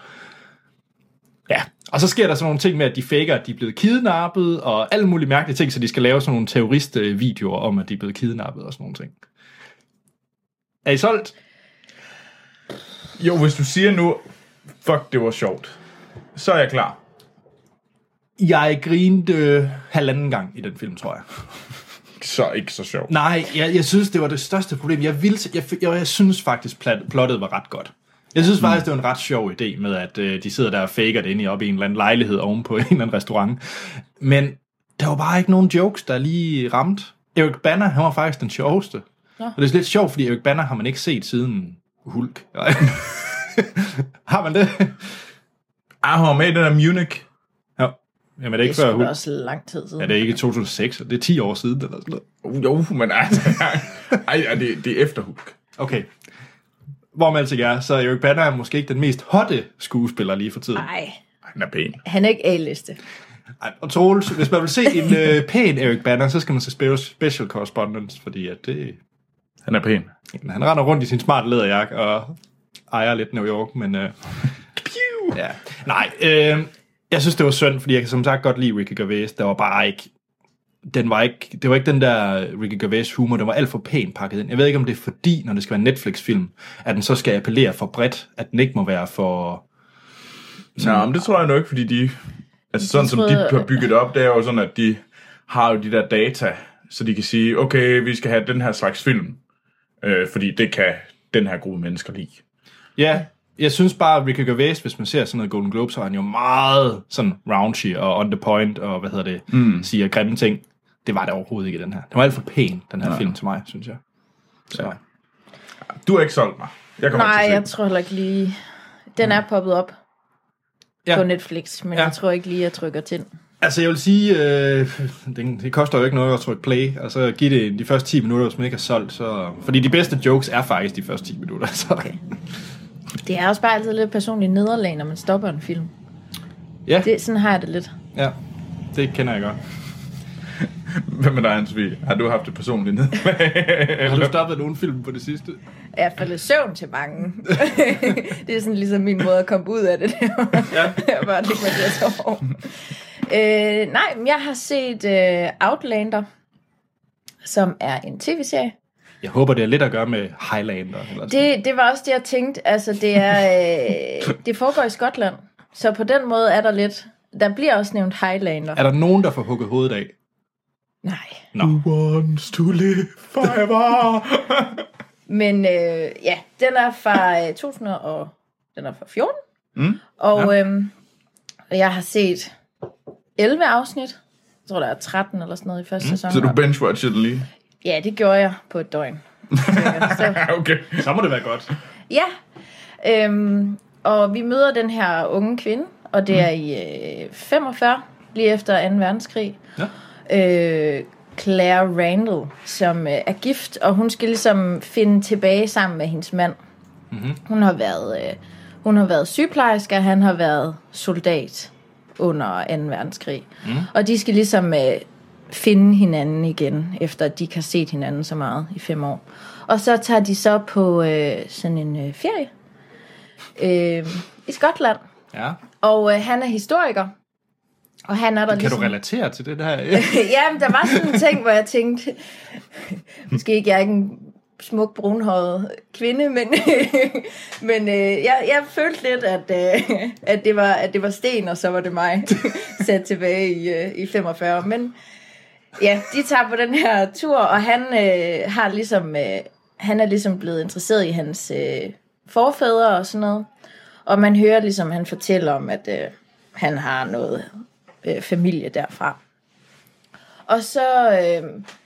Ja, og så sker der sådan nogle ting med, at de faker, at de er blevet kidnappet, og alle mulige mærkelige ting, så de skal lave sådan nogle terroristvideoer om, at de er blevet kidnappet og sådan nogle ting. Er I solgt? Jo, hvis du siger nu, fuck, det var sjovt, så er jeg klar. Jeg grinede øh, halvanden gang i den film, tror jeg. Så ikke så sjovt. Nej, jeg, jeg synes, det var det største problem. Jeg, ville, jeg, jeg, jeg synes faktisk, plat, plottet var ret godt. Jeg synes faktisk, det var en ret sjov idé med, at øh, de sidder der og faker det inde oppe i en eller anden lejlighed oven på en eller anden restaurant. Men der var bare ikke nogen jokes, der lige ramte. Eric Bana, han var faktisk den sjoveste. Ja. Og det er lidt sjovt, fordi Eric Bana har man ikke set siden Hulk. Har man det? Ah, han var med i den der Munich. Ja. Jamen, det er ikke før Det er Hulk. også lang tid siden. Ja, det er ikke to tusind og seks, det er ti år siden eller sådan noget. Jo, men altså, ej, ej, det, det er efter Hulk. Okay. Hvor man altså er, så Eric Bana er måske ikke den mest hotte skuespiller lige for tiden. Nej, Han er pæn. han er ikke A-liste. Ej, og Troels, hvis man vil se en øh, pæn Eric Bana, så skal man se Special Correspondence, fordi at det... Han er pæn. Han render rundt i sin smarte læderjakke og ejer lidt New York, men... Øh, ja. Nej, øh, jeg synes, det var synd, fordi jeg kan som sagt godt lide Ricky Gervais. Der var bare ikke... Den var ikke, det var ikke den der Ricky Gervais humor, den var alt for pænt pakket ind. Jeg ved ikke, om det er fordi, når det skal være en Netflix-film, at den så skal appellere for bredt, at den ikke må være for... Nå, men det tror jeg nok ikke, fordi de... Altså sådan som de har bygget op, det er jo sådan, at de har jo de der data, så de kan sige, okay, vi skal have den her slags film, øh, fordi det kan den her gruppe mennesker lide. Ja, jeg synes bare, at Ricky Gervais, hvis man ser sådan noget Golden Globe, så er han jo meget sådan raunchy og on the point, og hvad hedder det, mm. siger grimme ting. Det var det overhovedet ikke i den her. Det var alt for pæn, den her ja. film til mig, synes jeg. Så. Ja. Du har ikke solgt mig. Jeg kommer Nej, til at jeg tror heller ikke lige... Den er poppet op ja. på Netflix, men ja. jeg tror ikke lige, jeg trykker til den. Altså, jeg vil sige, øh, det, det koster jo ikke noget at trykke play, og så give det de første ti minutter, hvis man ikke har solgt. Så, fordi de bedste jokes er faktisk de første ti minutter. Så. Okay. Det er også bare altid lidt personligt nederlag, når man stopper en film. Ja. Det, sådan har jeg det lidt. Ja, det kender jeg godt. Hvem er dig, Hans-Vig? Har du haft det personligt ned? Har du stoppet nogen film på det sidste? Jeg er faldet søvn til mange. Det er sådan ligesom min måde at komme ud af det. Ja. Jeg bare ligge mig til at sove. øh, nej, men jeg har set øh, Outlander, som er en tv-serie. Jeg håber, det er lidt at gøre med Highlander. Eller Det, det var også det, jeg tænkte. Altså, det, er, øh, det foregår i Skotland, så på den måde er der lidt... Der bliver også nævnt Highlander. Er der nogen, der får hugget hovedet af? Nej. No. Who wants to live forever? Men øh, ja, den er fra øh, to tusind og den er fra fjorten. Mm. Og Ja. øh, jeg har set elleve afsnit. Jeg tror, der er tretten eller sådan noget i første mm. sæson. Så du binge-watcher den lige? Ja, det gjorde jeg på et døgn. Så, Okay. Så må det være godt. ja, øhm, og vi møder den her unge kvinde, og det er i øh, femogfyrre, lige efter anden verdenskrig. Ja. Øh, Claire Randall, som øh, er gift, og hun skal ligesom finde tilbage sammen med hendes mand. Mm-hmm. Hun har været øh, hun har været sygeplejerske, og han har været soldat under anden verdenskrig. Mm. Og de skal ligesom øh, finde hinanden igen, efter at de ikke har set hinanden så meget i fem år. Og så tager de så på øh, sådan en øh, ferie øh, i Skotland. Ja. Og øh, han er historiker. Og han er der Kan ligesom... du relatere til det der? Ja, men der var sådan en ting, hvor jeg tænkte, måske ikke, jeg er ikke en smuk brunhåret kvinde, men, men øh, jeg, jeg følte lidt, at, øh, at, det var, at det var Sten, og så var det mig sat tilbage i, øh, i femogfyrre. Men ja, de tager på den her tur, og han øh, har ligesom, øh, han er ligesom blevet interesseret i hans øh, forfædre og sådan noget. Og man hører ligesom, han fortæller om, at øh, han har noget øh, familie derfra. Og så øh,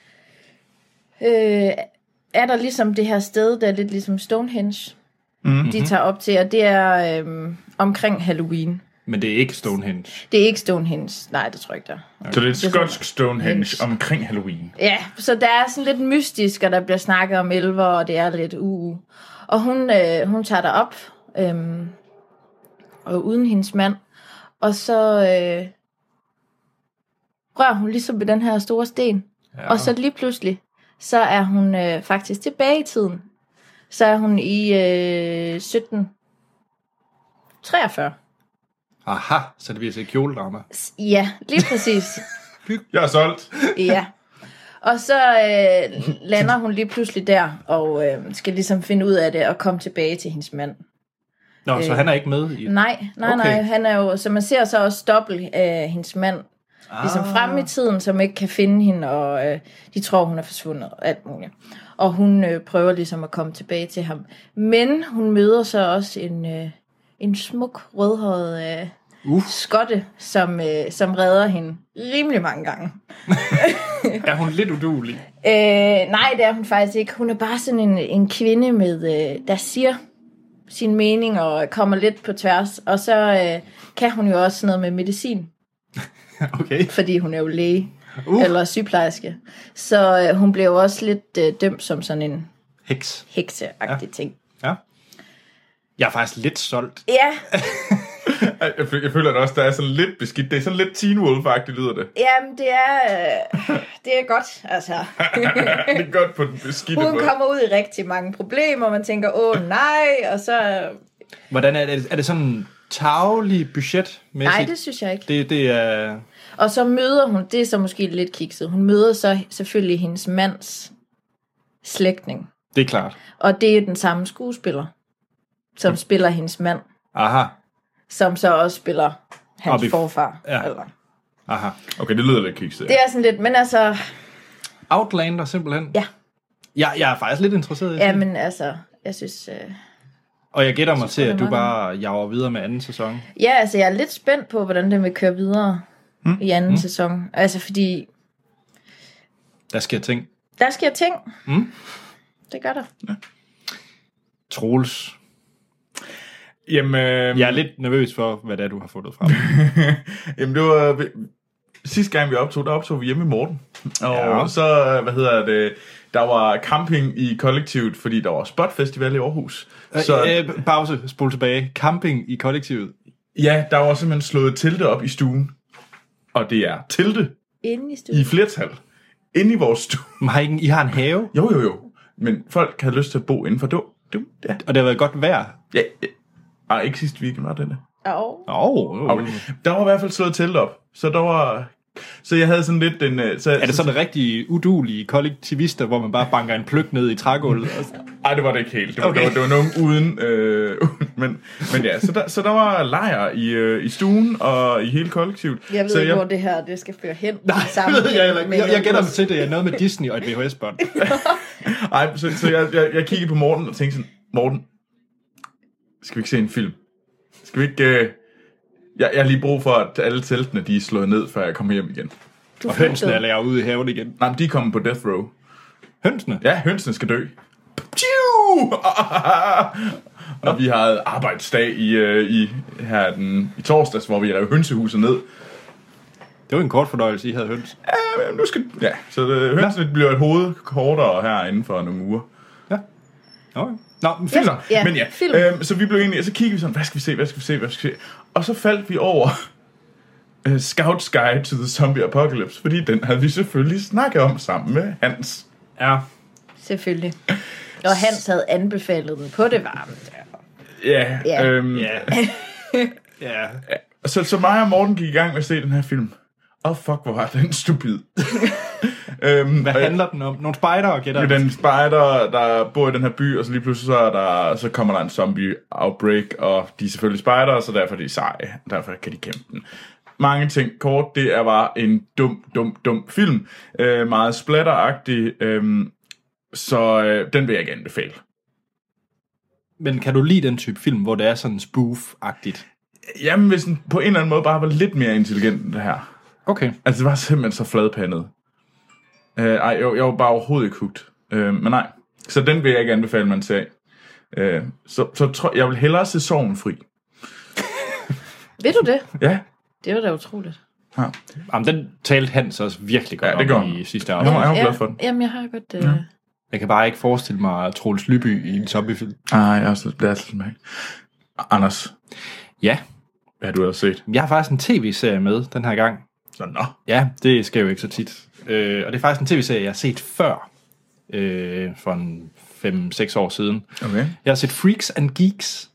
øh, er der ligesom det her sted, der er lidt ligesom Stonehenge, mm-hmm. de tager op til, og det er øh, omkring Halloween. Men det er ikke Stonehenge. Det er ikke Stonehenge. Nej, det tror jeg ikke, der. Okay. Så det er et skotsk Stonehenge Henge. omkring Halloween. Ja, så der er sådan lidt mystisk, og der bliver snakket om elver, og det er lidt uh. Og hun, øh, hun tager derop, øh, og uden hendes mand, og så øh, rører hun ligesom ved den her store sten. Ja. Og så lige pludselig, så er hun øh, faktisk tilbage i tiden. Så er hun i øh, sytten treogfyrre. Aha, så det bliver så kjoledrama. Ja, lige præcis. Jeg er solgt. Ja. Og så øh, lander hun lige pludselig der, og øh, skal ligesom finde ud af det, og komme tilbage til hendes mand. Nå, øh, så han er ikke med i... Nej, nej, okay. nej. Han er jo, så man ser så også dobbelt af hendes mand, ah. ligesom fremme i tiden, som ikke kan finde hende, og øh, de tror, hun er forsvundet, og alt muligt. Og hun øh, prøver ligesom at komme tilbage til ham. Men hun møder så også en, øh, en smuk, rødhåret øh, uh. skotte, som, øh, som redder hende rimelig mange gange. Er hun lidt uduelig? Øh, nej, det er hun faktisk ikke. Hun er bare sådan en, en kvinde, med, øh, der siger sin mening og kommer lidt på tværs. Og så øh, kan hun jo også noget med medicin. Okay. Fordi hun er jo læge. Uh. Eller sygeplejerske. Så øh, hun blev jo også lidt øh, dømt som sådan en heks. hekseagtig ja. ting. Ja. Jeg er faktisk lidt solgt. Ja. jeg, føler, jeg føler at også, der er sådan lidt beskidt. Det er sådan lidt Teen Wolf-agtigt, lyder det. Jamen, det er, øh, det er godt, altså. Det er godt på den beskidte Hun måde. kommer ud i rigtig mange problemer, og man tænker, åh nej, og så... Hvordan er det? Er det sådan tarvelig budgetmæssigt? Nej, det synes jeg ikke. Det, det er... Og så møder hun, det er så måske lidt kikset, hun møder så selvfølgelig hendes mands slægtning. Det er klart. Og det er den samme skuespiller, som mm. spiller hendes mand. Aha. Som så også spiller hans Obi- forfar. Ja. Eller. Aha. Okay, det lyder lidt kikset. Det er sådan lidt, men altså... Outlander simpelthen? Ja. Jeg, jeg er faktisk lidt interesseret i Ja, det. men altså, jeg synes... Øh... Og jeg gætter mig Så til, tror at jeg du bare jager videre med anden sæson. Ja, altså jeg er lidt spændt på, hvordan den vil køre videre mm. i anden mm. sæson. Altså fordi... Der sker ting. Der sker ting. Mm. Det gør der. Ja. Troels. Jamen, øh... Jeg er lidt nervøs for, hvad det er, du har fundet frem. Jamen, det var... Sidste gang vi optog, der optog vi hjemme i Morten. Og Ja. så, hvad hedder det... Der var camping i kollektivet, fordi der var Spot Festival i Aarhus. Så... Øh, pause, spol tilbage. Camping i kollektivet. Ja, der var simpelthen slået telte op i stuen. Og det er telte Inde i i studiet. flertal. Inde i vores stue. Men har I, I har en have, Jo, jo, jo. Men folk havde lyst til at bo indenfor. Det, det, ja. og det har været godt vejr. Ja, ja. Ej, ikke sidste weekend var det det. Og Åh, oh, Okay. Der var i hvert fald slået telt op. Så der var... Så jeg havde sådan lidt den... øh, Så, er det sådan en rigtig udulige kollektivister, hvor man bare banker en pløk ned i trægulvet? Ej, det var det ikke helt. Det var, Okay. okay. det var, det var nogen uden... Øh, men, men ja, så der, så der var lejr i, øh, i stuen og i hele kollektivet. jeg ved så ikke, hvor det her det skal føre hen. Nej, Sammen jeg, jeg, jeg, med- jeg, jeg gætter mig til, det er noget med Disney og et V H S-bånd. Ej, så, så jeg, jeg, jeg kiggede på Morten og tænkte sådan, Morten, skal vi ikke se en film? Skal vi ikke... Øh, jeg, jeg har lige brug for, at alle teltene de er slået ned, før jeg kommer hjem igen. Du Og hønsene er flygtede. lærer ude i haven igen. Nej, men de er kommet på death row. Hønsene? Ja, hønsene skal dø. Pju! Og vi havde arbejdsdag i, øh, i, her den, i torsdags, hvor vi rev hønsehuset ned. Det var en kort fornøjelse, I havde høns. Ja, men nu skal... Ja, så det, hønsene bliver et hoved kortere her inden for nogle uger. Ja. Okay. Nå, men Film. film. Ja, Men ja, film. øhm, så vi blev enige, og så kiggede vi sådan, hvad skal vi se, hvad skal vi se, hvad skal vi se? Og så faldt vi over uh, Scout's Guide to the Zombie Apocalypse, fordi den havde vi selvfølgelig snakket om sammen med Hans. Ja. Selvfølgelig. Og Hans havde anbefalet den på det varme. Ja, Ja. øhm, Ja. Ja. Så, så mig og Morten gik i gang med at se den her film. Og oh, fuck, hvor var den stupid. øhm, Hvad og- handler den om? Nogle spejdere, gætter Det er den spider, der bor i den her by, og så lige pludselig så, er der, så kommer der en zombie outbreak, og de er selvfølgelig spider, så derfor er de seje. Derfor kan de kæmpe den. Mange ting kort, det er bare en dum, dum, dum film. Øh, meget splatteragtig, øh, så øh, den vil jeg ikke anbefale. Men kan du lide den type film, hvor det er sådan spoof-agtigt? Jamen, hvis den på en eller anden måde bare var lidt mere intelligent end det her. Okay. Altså, det var simpelthen så fladpandet. Øh, ej, jeg, jeg var bare overhovedet ikke hooked. Øh, men nej, så den vil jeg ikke anbefale, man ser. Øh, så, så tror jeg, vil hellere se Sorgenfri. Ved du det? Ja. Det var da utroligt. ja. Jamen, den talte Hans også virkelig godt Ja, det gør om han. i sidste Ja, afsnit. jeg var glad for den. Jamen, jeg har godt... Øh... Ja. Jeg kan bare ikke forestille mig Troels Lyby i en zombiefilm. Ej, jeg er også lidt lidt mærke. Anders, Ja, hvad har du ellers set? jeg har faktisk en tv-serie med den her gang. Så nå. Ja, det sker jo ikke så tit. Øh, og det er faktisk en tv-serie, jeg har set før. Øh, for en fem seks år siden. Okay. Jeg har set Freaks and Geeks.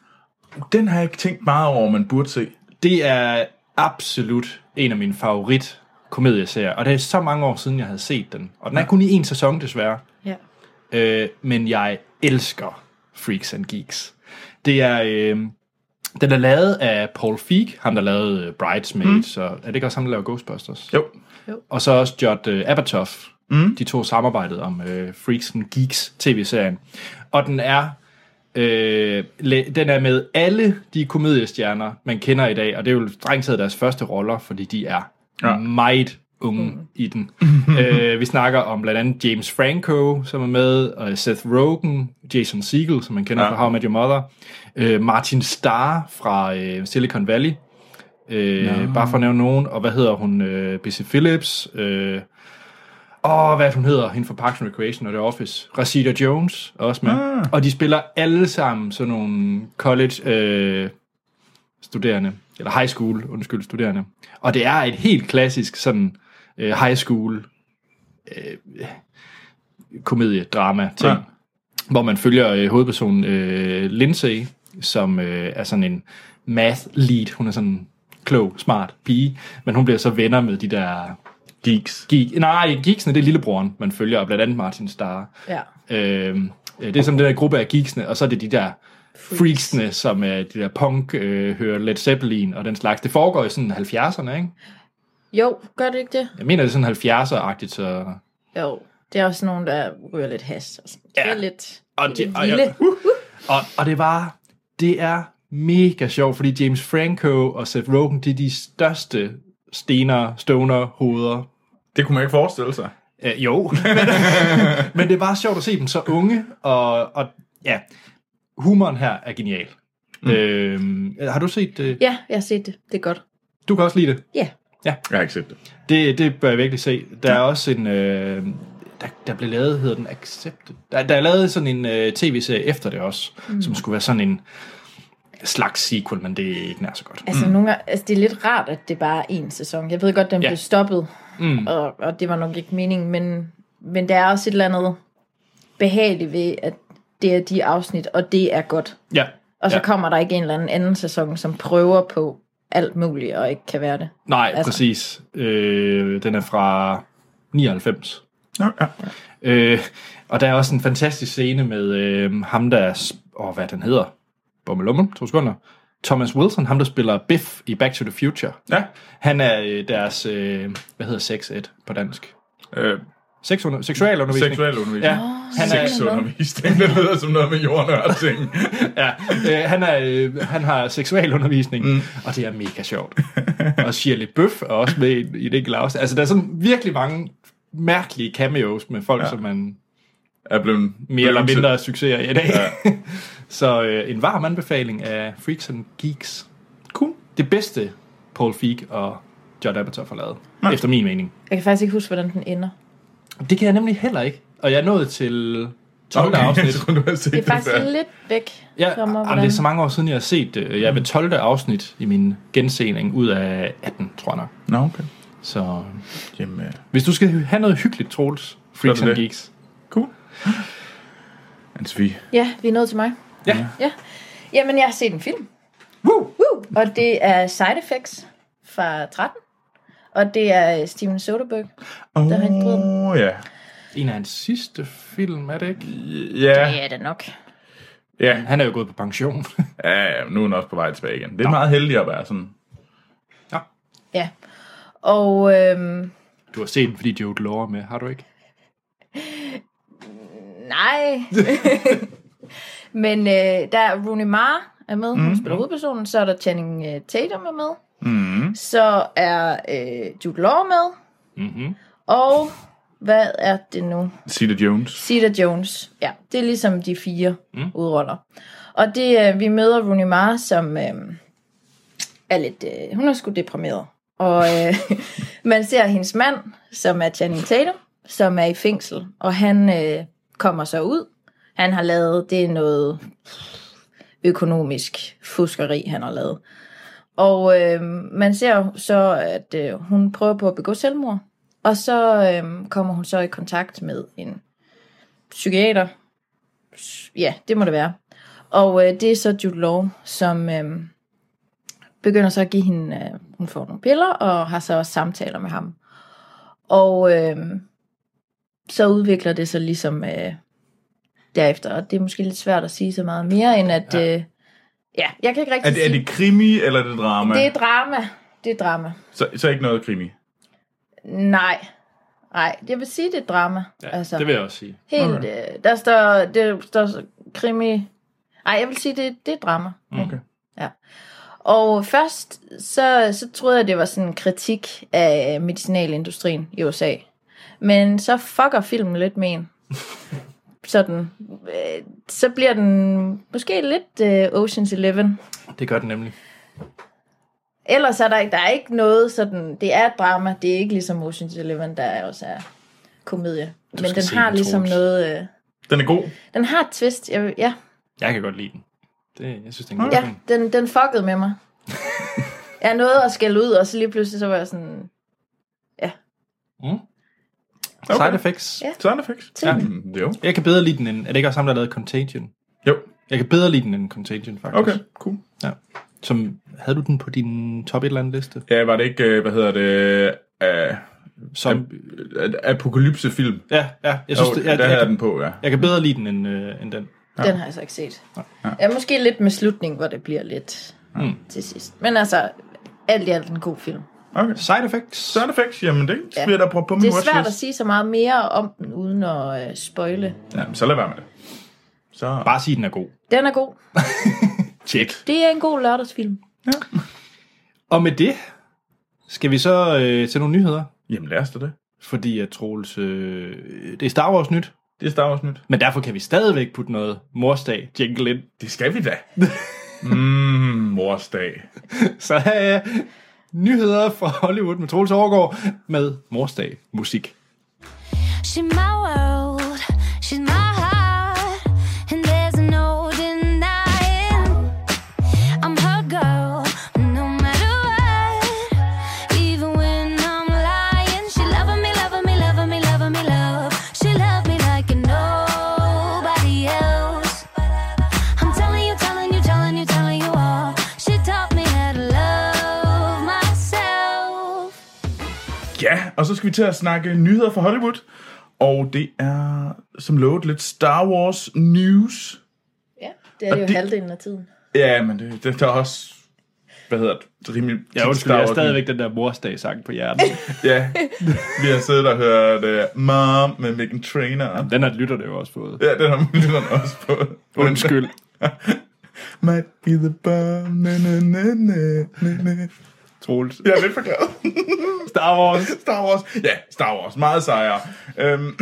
Den har jeg ikke tænkt meget over, man burde se. Det er absolut en af mine favorit komedieserier. Og det er så mange år siden, jeg havde set den. Og den er kun i en sæson, desværre. Ja. Øh, men jeg elsker Freaks and Geeks. Det er... Øh, den er lavet af Paul Feig, ham der lavede uh, Bridesmaids, mm. og er det ikke også ham, der laver Ghostbusters? Jo. Og så også Judd uh, Apatow. Mm. De to samarbejdede om uh, Freaks and Geeks tv-serien. Og den er, øh, le- den er med alle de komediestjerner, man kender i dag, og det er jo strengt taget deres første roller, fordi de er ja. meget unge mm. i den. øh, vi snakker om blandt andet James Franco, som er med, og Seth Rogen, Jason Segel, som man kender ja. fra How I Met Your Mother, øh, Martin Starr fra øh, Silicon Valley, øh, no. bare for at nævne nogen, og hvad hedder hun, øh, Busy Phillips, øh, og hvad hun hedder, hende fra Parks and Recreation og The Office, Rashida Jones er også med, ah. og de spiller alle sammen sådan nogle college øh, studerende, eller high school, undskyld, studerende, og det er et helt klassisk sådan øh, high school øh, komediedrama ting, ja. hvor man følger øh, hovedpersonen øh, Lindsay, som øh, er sådan en math lead, hun er sådan en klog, smart pige, men hun bliver så venner med de der Geeks. Geek, nej, geeksene, det er lillebroren, man følger, og blandt andet Martin Starr. Ja. Øh, det er som den der gruppe af geeksene, og så er det de der Freaks. freaksene, som er de der punk, øh, hører Led Zeppelin og den slags. Det foregår i sådan halvfjerdserne, ikke? Jo, gør det ikke det? Jeg mener, det er sådan halvfjerdser-agtigt, så... Jo, det er også nogen, der ryger lidt hash. Og sådan. Det Ja. er lidt, Og det det- er og jeg- vilde. Og, og det var, det er mega sjovt, fordi James Franco og Seth Rogen, de er de største stener, stoner, hoveder. Det kunne man ikke forestille sig. Øh, jo, men det er bare sjovt at se dem så unge, og, og ja, humoren her er genial. Mm. Øhm, har du set det? Ja, jeg har set det. Det er godt. Du kan også lide det. Ja. Jeg har ikke set det. Det, det bør jeg virkelig se. Der er også en... Øh, der, der blev lavet, hedder den Accepted. Der, der er lavet sådan en øh, tv-serie efter det også, mm. som skulle være sådan en slags sequel, men det er ikke nær så godt. Altså, mm. nogle gange, altså, det er lidt rart, at det bare er en sæson. Jeg ved godt, den Ja. blev stoppet, Mm. og, og det var nok ikke meningen, men, men der er også et eller andet behageligt ved, at det er de afsnit, og det er godt. Ja. Og så ja. kommer der ikke en eller anden anden sæson, som prøver på alt muligt, og ikke kan være det. Nej, Altså. altså. præcis. Øh, den er fra nioghalvfems. Ja, ja. Øh, og der er også en fantastisk scene med øh, ham, der er... Åh, hvad den hedder? Bummelummen, to sekunder. Thomas Wilson, ham der spiller Biff i Back to the Future. Ja. Han er øh, deres... Øh, hvad hedder sex ed på dansk? Øh, Seksual, seksualundervisning. seksualundervisning. Ja, han er, Sexundervisning. Det lyder som noget med jordnørd ting. ja, øh, han, er, øh, han har seksualundervisning, mm. og det er mega sjovt. Og Shirley Bøf er også med i, i det enkelt afsnit. Altså, der er sådan virkelig mange mærkelige cameos med folk, ja. som man Er blevet mere eller mindre succeser i dag. Ja. Så øh, en varm anbefaling af Freaks and Geeks. Cool. Det bedste Paul Feig og Judd Apatow har lavet, ja. efter min mening. Jeg kan faktisk ikke huske, hvordan den ender. Det kan jeg nemlig heller ikke. Og jeg er nået til tolvte Okay, afsnit. jeg tror, du har set Det er faktisk før. lidt væk. Ja, for mig, jamen, hvordan- det er så mange år siden, jeg har set det. Jeg er ved tolvte afsnit i min gensening ud af atten, tror jeg nok. Nå, okay. Så Jamen, øh, hvis du skal have noget hyggeligt, Troels, Freaks Så er det and det. Geeks. cool. Anne-Sophie. Ja, vi er nået til mig. Ja. Ja. Jamen, jeg har set en film. Woo! Woo! Og det er Side Effects fra tretten. Og det er Steven Soderbergh, der har instrueret den. Åh, ja. En af hans sidste film, er det ikke? Ja, Det er det nok. ja. Han er jo gået på pension. Ja, ja, nu er han også på vej tilbage igen. Det er meget heldigt at være sådan. Ja. Ja. Og øhm, Du har set den, fordi Jude Law er med, har du ikke? nej. Men øh, der er Rooney Mara er med. Hun spiller hovedpersonen. Så er der Channing øh, Tatum er med. Mm. Så er øh, Jude Law med. Mm-hmm. Og hvad er det nu? Zeta Jones. Zeta Jones. Ja, det er ligesom de fire mm. udroller. Og det, øh, vi møder Rooney Mara, som øh, er lidt... Øh, hun er sgu deprimeret. Og øh, man ser hendes mand, som er Channing Tatum, som er i fængsel. Og han øh, kommer så ud. Han har lavet... Det er noget økonomisk fuskeri, han har lavet. Og øh, man ser så, at øh, hun prøver på at begå selvmord. Og så øh, kommer hun så i kontakt med en psykiater. Ja, det må det være. Og øh, det er så Jude Law, som øh, begynder så at give hende... Øh, hun får nogle piller, og har så også samtaler med ham. Og øh, så udvikler det sig ligesom øh, derefter. Og det er måske lidt svært at sige så meget mere, end at... Ja. Øh, ja, jeg kan ikke rigtig Er det, er sige... det krimi, eller er det drama? Det er drama. Det er drama. Så, så ikke noget krimi? Nej. Nej, jeg vil sige, det er drama. Ja, altså, det vil jeg også sige. Helt, Okay. øh, der står, der står krimi... Nej, jeg vil sige, det, det er drama. Okay. Ja. Og først, så, så troede jeg, det var sådan en kritik af medicinalindustrien i U S A. Men så fucker filmen lidt med en. Sådan. Øh, så bliver den måske lidt øh, Ocean's Eleven. Det gør den nemlig. Ellers er der, der er ikke noget sådan... Det er et drama. Det er ikke ligesom Ocean's Eleven, der er også er komedie. Men skal den se har den, ligesom Troels. noget... Øh, Den er god. den har et twist. Jeg, vil- ja, Jeg kan godt lide den. Det, jeg synes, det er en god ja film. den, den fuckede med mig. Jeg nåede at skælde ud, og så lige pludselig så var jeg sådan... Mm. Okay. Side effects. Ja. Sådan er fix. Ja. Mm, jo. Jeg kan bedre lide den end... Er det ikke også ham, der har lavet Contagion? Jo. Jeg kan bedre lide den end Contagion, faktisk. Okay, cool. Ja. Som, havde du den på din top et eller andet liste? Ja, var det ikke, øh, hvad hedder det, uh, Som, apokalypsefilm? ja, ja. Jeg synes, Jo, det, jeg, der jeg, havde jeg, den på, ja. jeg kan bedre lide den end, øh, end den. Ja. Den har jeg så ikke set. Ja, måske lidt med slutning, hvor det bliver lidt Mm. til sidst. Men altså, alt i alt en god film. Okay. Side effects. Side effects, jamen det Ja. skal jeg da prøve på min Det er svært at watchlist. sige så meget mere om den, uden at øh, spoile. Ja, så lad være med det. Så... Bare sig, den er god. Den er god. Check. Det er en god lørdagsfilm. Og med det skal vi så øh, til nogle nyheder. Jamen lad os da det. Fordi at Troels, øh, det er Star Wars nyt. Det er Star Wars nyt. Men derfor kan vi stadigvæk putte noget morsdag jingle ind. Det skal vi da. Mmm, morsdag. Så her er nyheder fra Hollywood med Troels Overgaard med morsdag musik. She's my world, she's my heart, and there's no denying I'm her girl, no matter what. Even when I'm lying, she loving me, loving me, loving me, loving me, love. She love me like nobody else. I'm telling you, telling you, telling you, telling you all. She taught me how to love myself. Ja, og så skal vi til at snakke nyheder fra Hollywood. Og det er, som lovet, lidt Star Wars news. Ja, det er det jo det- halvdelen af tiden. Ja, men det, det er også, hvad hedder det, rimelig Ja, tit undskyld, Star jeg har Wars. stadigvæk den der morsdag-sang på hjertet. Ja, vi har siddet og hørt uh, Mom med Meghan Trainor. Den har lytterne jo også fået. Ja, den har lytterne også på. Undskyld. Might be the bomb, na, na, na, na, na, na. Troels. Jeg er lidt for glad. Star Wars. Star Wars. Ja, Star Wars. Meget sejere. Øhm,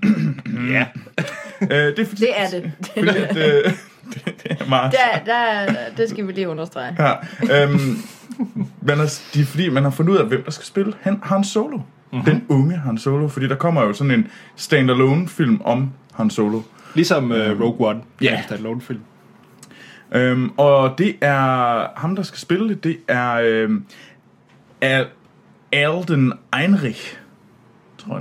Ja. øh, det er fordi, Det er det. fordi at, øh, det, det er meget Der, der, det skal vi lige understrege. Ja, øhm, man har, de, fordi man har fundet ud af, hvem der skal spille Han, Han Solo. Mm-hmm. Den unge Han Solo. Fordi der kommer jo sådan en standalone film om Han Solo. Ligesom uh, Rogue One. Ja. En standalone film. Øhm, og det er ham, der skal spille det. Det er øhm, Al- Alden Ehrenreich. Tror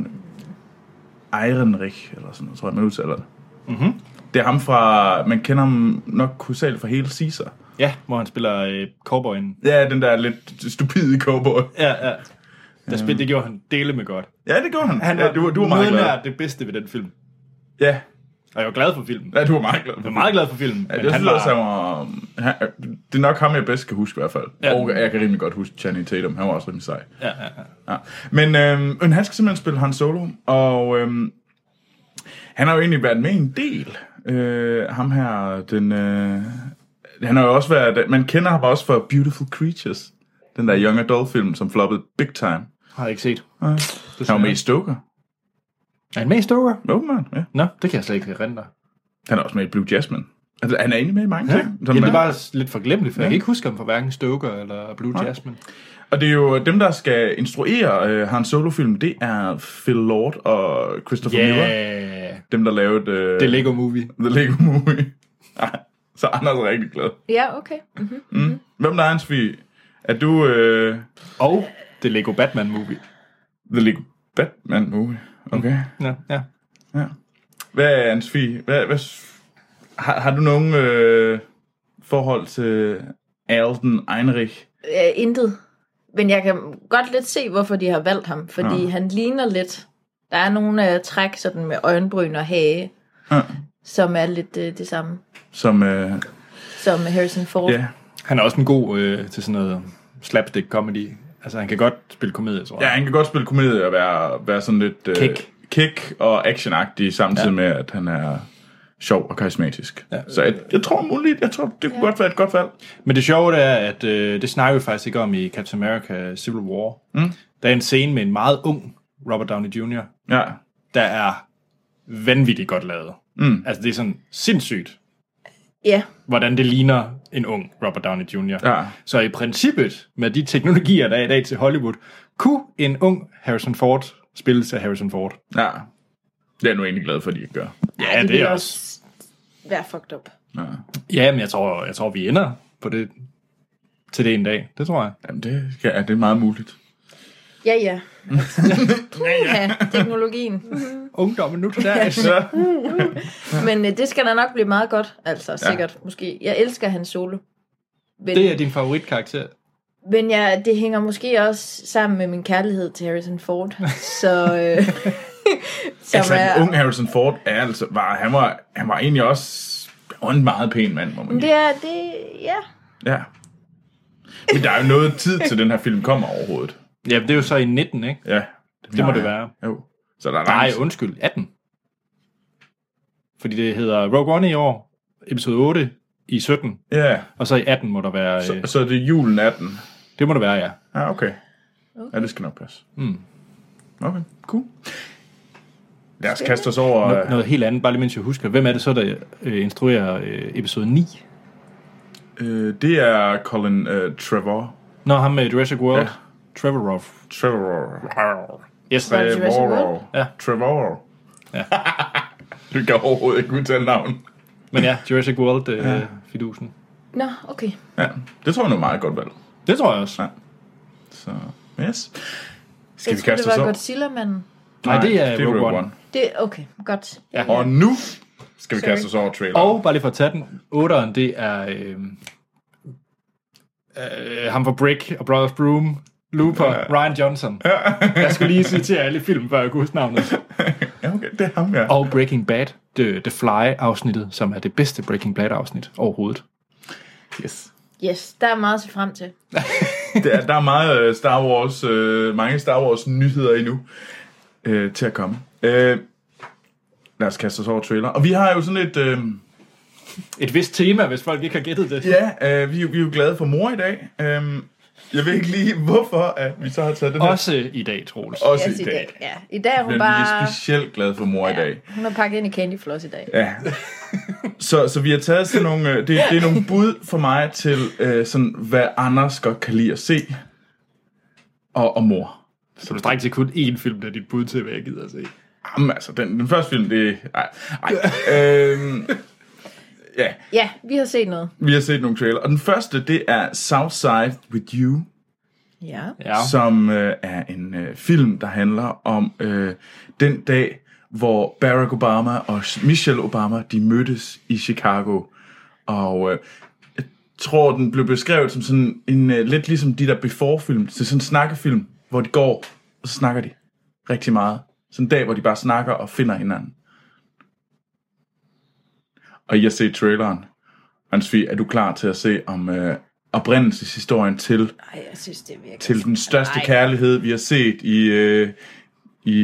jeg. Ehrenreich, eller sådan noget, tror jeg, man udtaler det. Mhm. Det er ham fra, man kender ham nok hovedsageligt fra hele Caesar. Ja, hvor han spiller uh, cowboyen. Ja, den der lidt stupide cowboy. Ja, ja. Der spil, det gjorde han dele med godt. Ja, det gjorde han. Han ja, du, du var meget glad. nær det bedste ved den film. Ja. Og jeg var glad for filmen. ja, du var meget glad. Jeg var meget glad for filmen. Ja, men jeg han synes også, var, han var... Han, det er nok ham, jeg bedst kan huske i hvert fald. Ja. Og jeg kan rimelig godt huske Channing Tatum. Han var også rimelig sej. ja, ja, ja. Ja. Men, øhm, men han skal simpelthen spille Han Solo. Og øhm, han har jo egentlig været med en del. Øh, ham her, den... Øh, han har jo også været... Man kender ham også for Beautiful Creatures. Den der young adult film, som floppede big time. Har jeg ikke set. Ja. Han var med i Stoker. Er han med i Stoker? Åbenbart, ja. Nå, det kan jeg slet ikke erindre. Han er også med i Blue Jasmine. Altså, han er egentlig med i mange ting. Ja. Jamen, det var lidt forglemmeligt, for ja. jeg kan ikke huske ham for hverken Stoker eller Blue Nej. Jasmine. Og det er jo dem, der skal instruere øh, Han Solo-film, det er Phil Lord og Christopher Yeah. Miller. Dem, der lavede... Øh, Det er Lego Movie. The Lego Movie. Ej, så Anders er rigtig glad. Ja, okay. Mm-hmm. Mm. Hvem der er, Ansvi? Er du... Øh, Og det Lego Batman Movie. The Lego Batman Movie? Okay. Ja, ja. Ja. Hvad er Ansvi? Hvad, hvad, har, har du nogen øh, forhold til Alden Einrich? Øh, intet. Men jeg kan godt lidt se, hvorfor de har valgt ham. Fordi Ja. han ligner lidt... Der er nogle uh, træk sådan med øjenbryn og hage, Ja. som er lidt uh, det samme Som... Øh, som Harrison Ford. ja. Han er også en god øh, til sådan noget slapstick comedy. Altså, han kan godt spille komedie, tror Ja, jeg. han kan godt spille komedie og være, være sådan lidt... Øh, Kick. Kick og actionagtig, samtidig Ja. med, at han er sjov og karismatisk. Ja. Så jeg, jeg tror muligt, jeg tror, det kunne ja. godt være et godt valg. Men det sjove det er, at øh, det snakker vi faktisk ikke om i Captain America Civil War. Mm. Der er en scene med en meget ung Robert Downey junior, Ja. der er vanvittigt godt lavet. Mm. Altså, det er sådan sindssygt, Ja. hvordan det ligner en ung Robert Downey junior Ja. Så i princippet, med de teknologier, der er i dag til Hollywood, kunne en ung Harrison Ford spille til Harrison Ford. Ja. Det er jeg nu egentlig glad for, at de ikke gør. Ja, det vil er også... være fucked up. Ja. Ja, men jeg tror, jeg tror, vi ender på det til det en dag. Det tror jeg. Jamen, det, ja, det er meget muligt. Ja, ja. ja, teknologien. Ungdommen nu til dags. Ja. Men øh, det skal da nok blive meget godt, altså sikkert måske. Jeg elsker hans solo. Men, Det er din favoritkarakter. men ja, det hænger måske også sammen med min kærlighed til Harrison Ford. Så, øh, som Altså, er, en ung Harrison Ford er altså, var, han, var, han var egentlig også han var en meget pæn mand, må man det sige. er, det, ja. Ja. Men der er jo noget tid til den her film kommer overhovedet. Ja, det er jo så i nitten, ikke? Ja. Det må det være. Jo. Så der er Nej, langt. undskyld, atten. Fordi det hedder Rogue One i år, episode otte i sytten, Ja, og så i atten må der være... så, øh, så er det julen atten. Det må det være, ja. Ja, okay. okay. Ja, det skal nok passe. Mm. Okay, cool. Lad os kaste os over... Noget, noget helt andet, bare lige mens jeg husker. Hvem er det så, der øh, instruerer øh, episode ni? Øh, det er Colin øh, Trevor. Nå, ham med Jurassic World. Ja. Trevor Roth. Trevor. Yes. Var det Jurassic World? Ja. Trevor. Ja. Du kan overhovedet ikke udtale navn. Men ja, Jurassic World, øh, ja. fidusen. Nå, okay. Ja, det tror jeg nu er meget godt valg. Det tror jeg også. Ja. Så, yes. Skal Jeg vi tror, kaste det os var over? Godzilla-manden. Nej, det er det Rogue One. Det okay, godt. Ja. Og nu skal vi Sorry. kaste os over trailer. Og bare lige for at tage den, otteren, det er øh, øh, ham fra Brick og Brothers Broom, Looper, Ja. Ryan Johnson. Jeg skulle lige citere alle film, før jeg kunne huske navnet. Ja, okay, det er ham, ja. Og Breaking Bad, The, The Fly-afsnittet, som er det bedste Breaking Bad-afsnit overhovedet. Yes. Yes, der er meget at se frem til. Det er, der er meget øh, Star Wars, øh, mange Star Wars nyheder endnu øh, til at komme. Øh, lad os kaste os over trailer. Og vi har jo sådan et... Øh, Et vist tema, hvis folk ikke har gættet det. ja, øh, vi, er jo- vi er jo glade for mor i dag. Øh, jeg ved ikke lige, hvorfor at vi så har taget den her. Også i dag, Troels. Også Yes, i dag. Ja, i dag er hun Men bare... vi er specielt glade for mor ja. i dag. Hun har pakket ind i Candy Floss i dag. Ja. Så, så vi har taget sådan nogle, øh, det, det er nogle bud for mig til, øh, sådan, hvad Anders godt kan lide at se, og, og mor. Så du strækker til kun én film, der er dit bud til, hvad jeg gider at se. Jamen altså, den, den første film, det er... Ej, ej. øhm, ja, Ja, vi har set noget. vi har set nogle trailer. Og den første, det er Southside With You, Ja. Ja. som øh, er en øh, film, der handler om øh, den dag, hvor Barack Obama og Michelle Obama, de mødtes i Chicago. Og øh, jeg tror, den blev beskrevet som sådan en, øh, lidt ligesom de der Before-film. Det er sådan en snakkefilm, hvor de går, og så snakker de rigtig meget. Sådan en dag, hvor de bare snakker og finder hinanden. Og I har set traileren. Ansvi, er du klar til at se om øh, oprindelseshistorien til, Ej, jeg synes, det er virkelig... til den største Ej. kærlighed, vi har set i, øh, i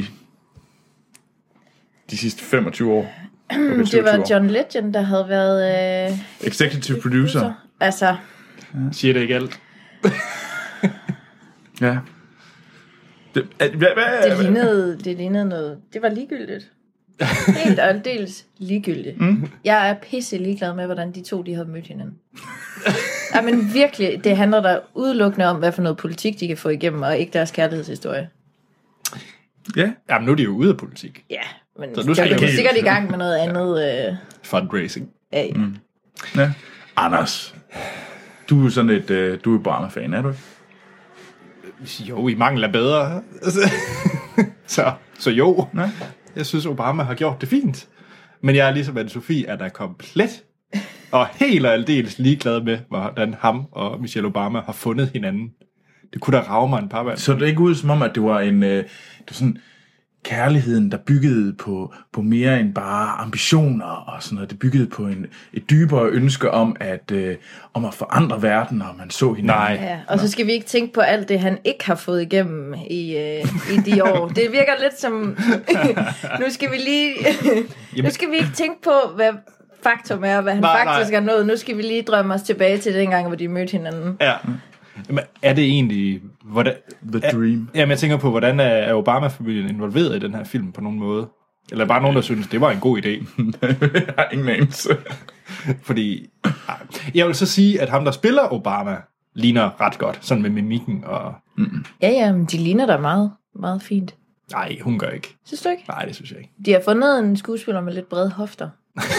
de sidste femogtyve år? Okay, Det var John Legend, der havde været... Øh, Executive producer. Altså, Siger det ikke alt. Ja. Det, hvad, hvad, Det lignede, det lignede noget... Det var ligegyldigt. Helt og aldeles ligegyldigt. Mm. Jeg er pisse ligeglad med, hvordan de to de havde mødt hinanden. Ja, men virkelig, det handler der udelukkende om, hvad for noget politik de kan få igennem, og ikke deres kærlighedshistorie. Ja. Jamen, nu er de jo ude af politik. Ja, men Så nu skal de er jeg- sikkert i gang med noget andet. Øh, Fundraising. ja. Mm. Ja. Anders, du er sådan et, øh, du er Obama-fan, er du ikke? Jo, i mangel af bedre. så, så jo. Nej. Jeg synes, Obama har gjort det fint. Men jeg er ligesom Anne-Sophie, er der komplet og helt og aldeles ligeglad med, hvordan ham og Michelle Obama har fundet hinanden. Det kunne da rage mig en par vand. Så det ikke ud som om, at det var en, øh, det var sådan kærligheden, der byggede på, på mere end bare ambitioner og sådan noget. Det byggede på en, et dybere ønske om at, øh, om at forandre verden, og man så hinanden. Nej. Ja, og så skal vi ikke tænke på alt det, han ikke har fået igennem i, øh, i de år. Det virker lidt som... nu skal vi lige... nu skal vi ikke tænke på, hvad faktum er, hvad han Nej, faktisk nej. har nået. Nu skal vi lige drømme os tilbage til den gang, hvor de mødte hinanden. Ja. Men er det egentlig... Hvordan, The Dream. Jamen, jeg tænker på, hvordan er Obama-familien involveret i den her film på nogen måde? Eller bare nogen, der synes, det var en god idé? Jeg har ingen anelse. Fordi... Jeg vil så sige, at ham, der spiller Obama, ligner ret godt. Sådan med mimikken og... Ja, ja, men de ligner da meget, meget fint. Nej, hun gør ikke. Synes du ikke? Nej, det synes jeg ikke. De har fundet en skuespiller med lidt brede hofter.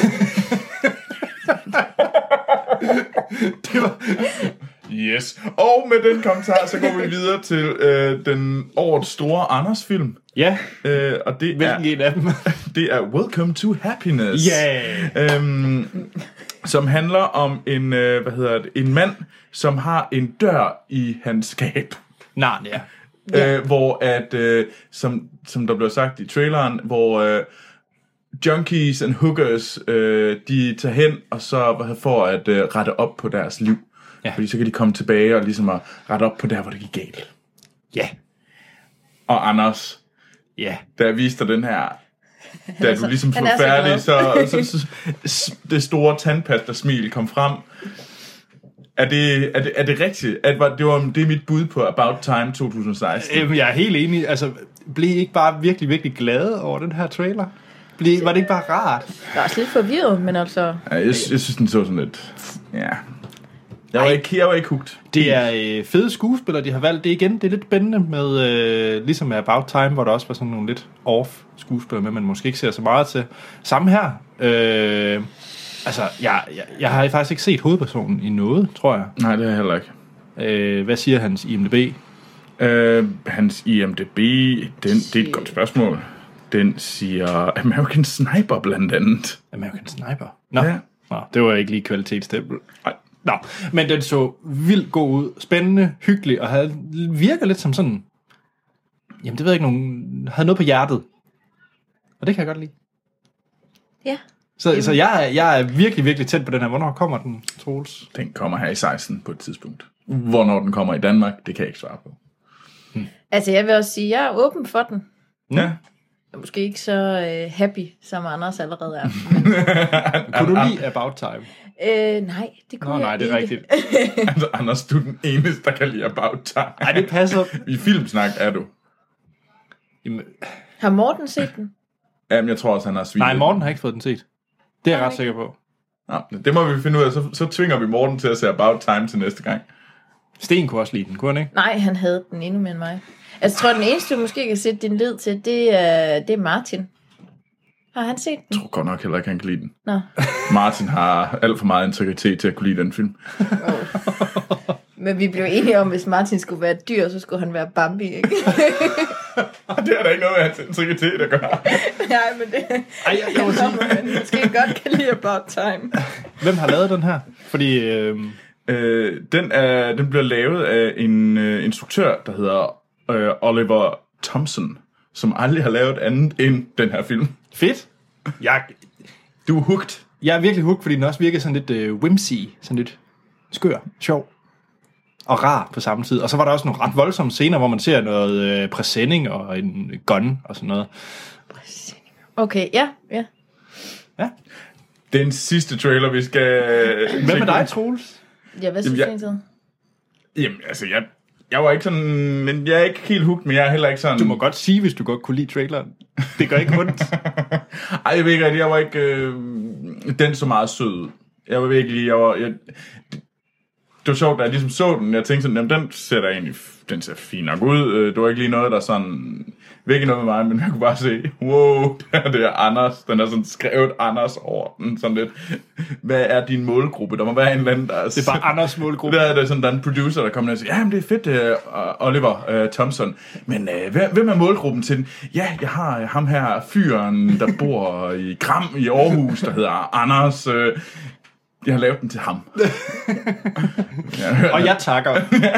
Det var... Yes. Og med den kommentar, så går vi videre til øh, den årets store Anders-film. Ja, Øh, og det hvilken er, en af dem? det er Welcome to Happiness. Yeah. Øhm, som handler om en, øh, hvad hedder det, en mand, som har en dør i hans skab. Narnia. Ja. Øh, hvor at, øh, som, som der blev sagt i traileren, hvor øh, junkies and hookers, øh, de tager hen, og så hvad, for at øh, rette op på deres liv. Ja. Fordi så kan de komme tilbage og ligesom at rette op på der, hvor det gik galt. Ja. Og Anders, Ja. da jeg viste dig den her, da du ligesom han blev er så færdig, glad. så, så, så, så det store tandpasta-smil kom frem. Er det, er det, er det rigtigt? At var, det, var, det er mit bud på About Time to tusind og seksten. Øhm, Jeg er helt enig. Altså, blev I ikke bare virkelig, virkelig glade over den her trailer? Blev, var det ikke bare rart? Jeg er også lidt forvirret, men altså... Ja, jeg, jeg synes, den så sådan lidt... Ja. Jeg var, ikke, jeg var ikke hugt. Det er øh, fede skuespillere, de har valgt. Det igen, det er lidt spændende med, øh, ligesom med About Time, hvor der også var sådan nogle lidt off skuespillere med, man måske ikke ser så meget til. Samme her. Øh, altså, jeg, jeg, jeg har faktisk ikke set hovedpersonen i noget, tror jeg. Nej, det er jeg heller ikke. Øh, hvad siger hans I M D B? Øh, hans I M D B, den, det er et godt spørgsmål. Den siger American Sniper blandt andet. American Sniper. Nå, Ja. Nå det var ikke lige kvalitetsstempel. Nej. Nå, men den så vildt god ud. Spændende, hyggelig, og havde, virker lidt som sådan... Jamen, det ved jeg ikke, nogen... Havde noget på hjertet. Og det kan jeg godt lide. Ja. Så, så jeg, er, jeg er virkelig, virkelig tæt på den her. Hvornår kommer den, Troels? Den kommer her i seksten på et tidspunkt. Hvornår den kommer i Danmark, det kan jeg ikke svare på. Altså, jeg vil også sige, jeg er åben for den. Ja. Jeg er måske ikke så øh, happy, som Anders allerede er. Kunne du lide About Time? Øh, nej, det kunne Nå, jeg nej, det er ikke. rigtigt. Altså, Anders, du er den eneste, der kan lide About Time. Nej, det passer. I filmsnak er du. Jamen, Har Morten set den? Jamen, jeg tror også, han har svinet. nej, Morten har ikke fået den set. Det er jeg ret sikker på. Nå, det må vi finde ud af. Så, så tvinger vi Morten til at se About Time til næste gang. Sten kunne også lide den, kunne han ikke? Nej, han havde den endnu mere end mig. Altså, jeg tror, den eneste, du måske kan sætte din lid til, det er, det er Martin. Har han set den? Jeg tror godt nok heller ikke, han kan lide den. Nå. Martin har alt for meget integritet til at kunne lide den film. Men vi blev enige om, hvis Martin skulle være et dyr, så skulle han være Bambi, ikke? Det er da ikke noget med hans integritet at gøre. Nej, men det Ej, jeg, jeg må sige, man måske godt kan lide About Time. hvem har lavet den her? Fordi, øh, Øh, den, er, den bliver lavet af en øh, instruktør, der hedder øh, Oliver Thompson, som aldrig har lavet andet end den her film. fedt. Jeg, Du er hooked. jeg er virkelig hooked, fordi den også virker sådan lidt øh, whimsy, sådan lidt skør, sjov og rar på samme tid. Og så var der også nogle ret voldsomme scener, hvor man ser noget øh, præsending og en gun og sådan noget. Okay, ja, ja. Ja. Den sidste trailer, vi skal... Hvad med dig, Troels? Ja, hvad synes Jamen, du jeg- egentlig? Jamen, altså, jeg, jeg var ikke sådan... Men jeg er ikke helt hooked, men jeg er heller ikke sådan... Du må godt sige, hvis du godt kunne lide traileren. Det gør ikke ondt. Ej, jeg ved ikke rigtig, jeg var ikke... Øh, den så meget sød ud. Jeg var virkelig... Jeg var, jeg, det var sjovt, da jeg ligesom så den. Jeg tænkte sådan, jamen, den ser da egentlig... Den ser fin nok ud. Det var ikke lige noget, der sådan... Virkelig noget med mig, men jeg kunne bare se, wow, der det er Anders. Den er sådan skrevet Anders over den. Sådan lidt, hvad er din målgruppe? Der må være en eller anden, der er... Det er bare Anders målgruppe. Der er der sådan, der er en producer, der kommer ned og siger, ja, men det er fedt, uh, Oliver uh, Thompson. Men uh, hvem er målgruppen til den? Ja, jeg har uh, ham her, fyren, der bor i Gram i Aarhus, der hedder Anders. Uh, jeg har lavet den til ham. Ja, og jeg takker.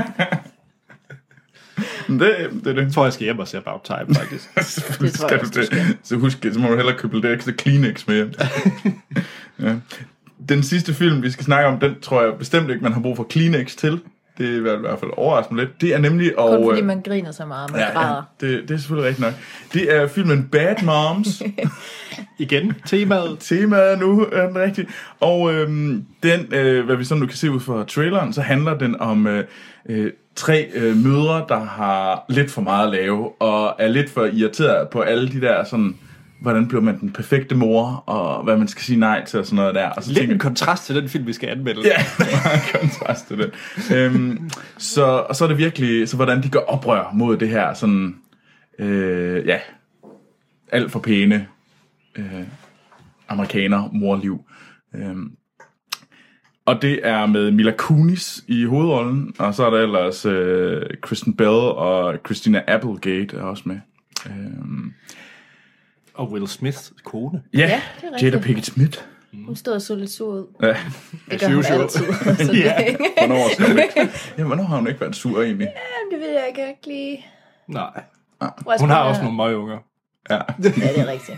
Det, det, det. Jeg tror, jeg skal hjem og se About Time, faktisk. Det tror jeg, skal du, så husk, så må du hellere købe det ekstra Kleenex med hjem. Ja. Den sidste film, vi skal snakke om, den tror jeg bestemt ikke, man har brug for Kleenex til. Det er i hvert fald overraskende lidt. Det er nemlig... Og, kun fordi man griner så meget, man ja, græder. Ja, det, det er selvfølgelig rigtigt nok. Det er filmen Bad Moms. Igen, temaet. Temaet nu er den rigtig. Og øhm, den, øh, hvad vi sådan nu kan se ud fra traileren, så handler den om øh, øh, tre øh, mødre, der har lidt for meget at lave, og er lidt for irriteret på alle de der sådan... Hvordan bliver man den perfekte mor, og hvad man skal sige nej til, og sådan noget der. Og så lidt tænker, en kontrast til den film, vi skal anmelde. Ja, meget kontrast til den. øhm, så, og så er det virkelig, så hvordan de gør oprør mod det her, sådan, øh, ja, alt for pæne øh, amerikaner morliv. Øhm, og det er med Mila Kunis i hovedrollen, og så er der ellers øh, Kristen Bell og Christina Applegate er også med. Øhm, Og Will Smiths kone. Ja, Ja, det er rigtigt. Jada Pinkett Smith. Hun stod og så lidt sur ud. Ja. Det gør hun usual. altid. Så det, Ja, hvornår, skal hun ikke? Ja, hvornår har hun ikke været sur egentlig? Jamen, det ved jeg ikke, jeg ikke lige. Nej. Hvor jeg Hun har spørger- også nogle møgunger. Ja. Ja, det er rigtigt.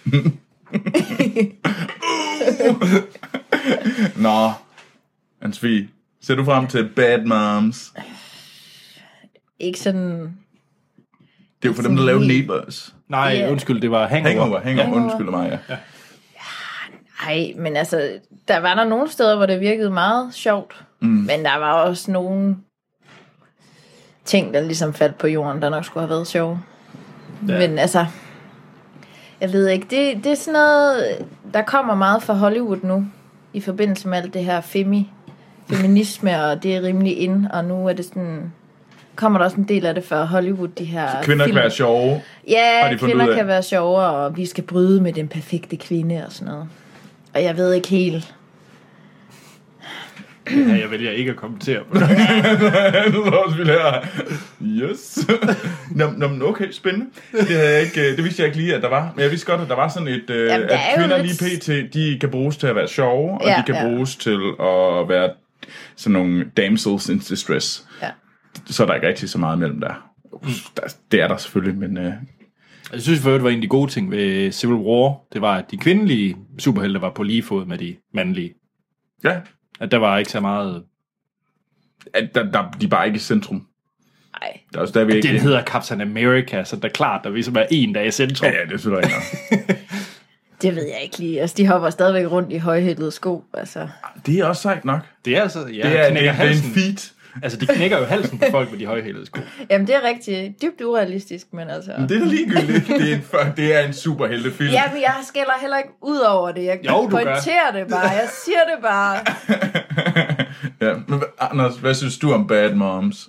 Nå, Ansvi, ser du frem til Bad Moms? Ikke sådan... Det er jo for dem, der laver Neighbors. Nej, Ja. undskyld, det var Hangover. Hangover, Hangover, Hangover. undskyld mig, ja. Nej, men altså, der var der nogle steder, hvor det virkede meget sjovt. Mm. Men der var også nogle ting, der ligesom faldt på jorden, der nok skulle have været sjove. Ja. Men altså, jeg ved ikke, det, det er sådan noget, der kommer meget fra Hollywood nu, i forbindelse med alt det her femi, feminisme, og det er rimelig ind, og nu er det sådan... kommer der også en del af det fra Hollywood, de her Så kvinder film. kan være sjove. Har Ja, de fundet ud kvinder af? kan være sjovere, og vi skal bryde med den perfekte kvinde og sådan noget. Og jeg ved ikke helt... Ja, jeg vælger ikke at kommentere på det. Nu er også vi lærer. Yes. Nå, nå, men okay, spændende. Det, havde jeg ikke, det vidste jeg ikke lige, at der var. Men jeg vidste godt, at der var sådan et... Øh, Jamen, der at er jo kvinder lidt- lige pt, de kan bruges til at være sjove, og Ja, de kan ja. bruges til at være sådan nogle damsels in distress. Ja. Så er der ikke rigtig så meget mellem der. Der- Det er der selvfølgelig, men... Øh, Jeg synes for øvrigt, var en af de gode ting ved Civil War, det var, at de kvindelige superhelte var på lige fod med de mandlige. ja, At der var ikke så meget... at der, der, de er bare ikke i centrum. Nej. Der er jo stadigvæk ikke... Den hedder Captain America, så det er klart, der ligesom er en, der er i centrum. Ja, ja, det synes jeg ikke. Det ved jeg ikke lige. Altså, de hopper stadigvæk rundt i højhældede sko. Altså. Det er også sejt nok. Det er altså, ja, Det er, det, er, knækker det er en halsen. feat. Altså, de knækker jo halsen på folk med de højhælede sko. Jamen, det er rigtig dybt urealistisk, men altså... Det er da ligegyldigt. Det er en, for- det er en superheltefilm. Ja, men jeg skælder heller ikke ud over det. Jeg Jo, du gør. pointerer det bare. Jeg siger det bare. Ja, men hvad- Anders, hvad synes du om Bad Moms?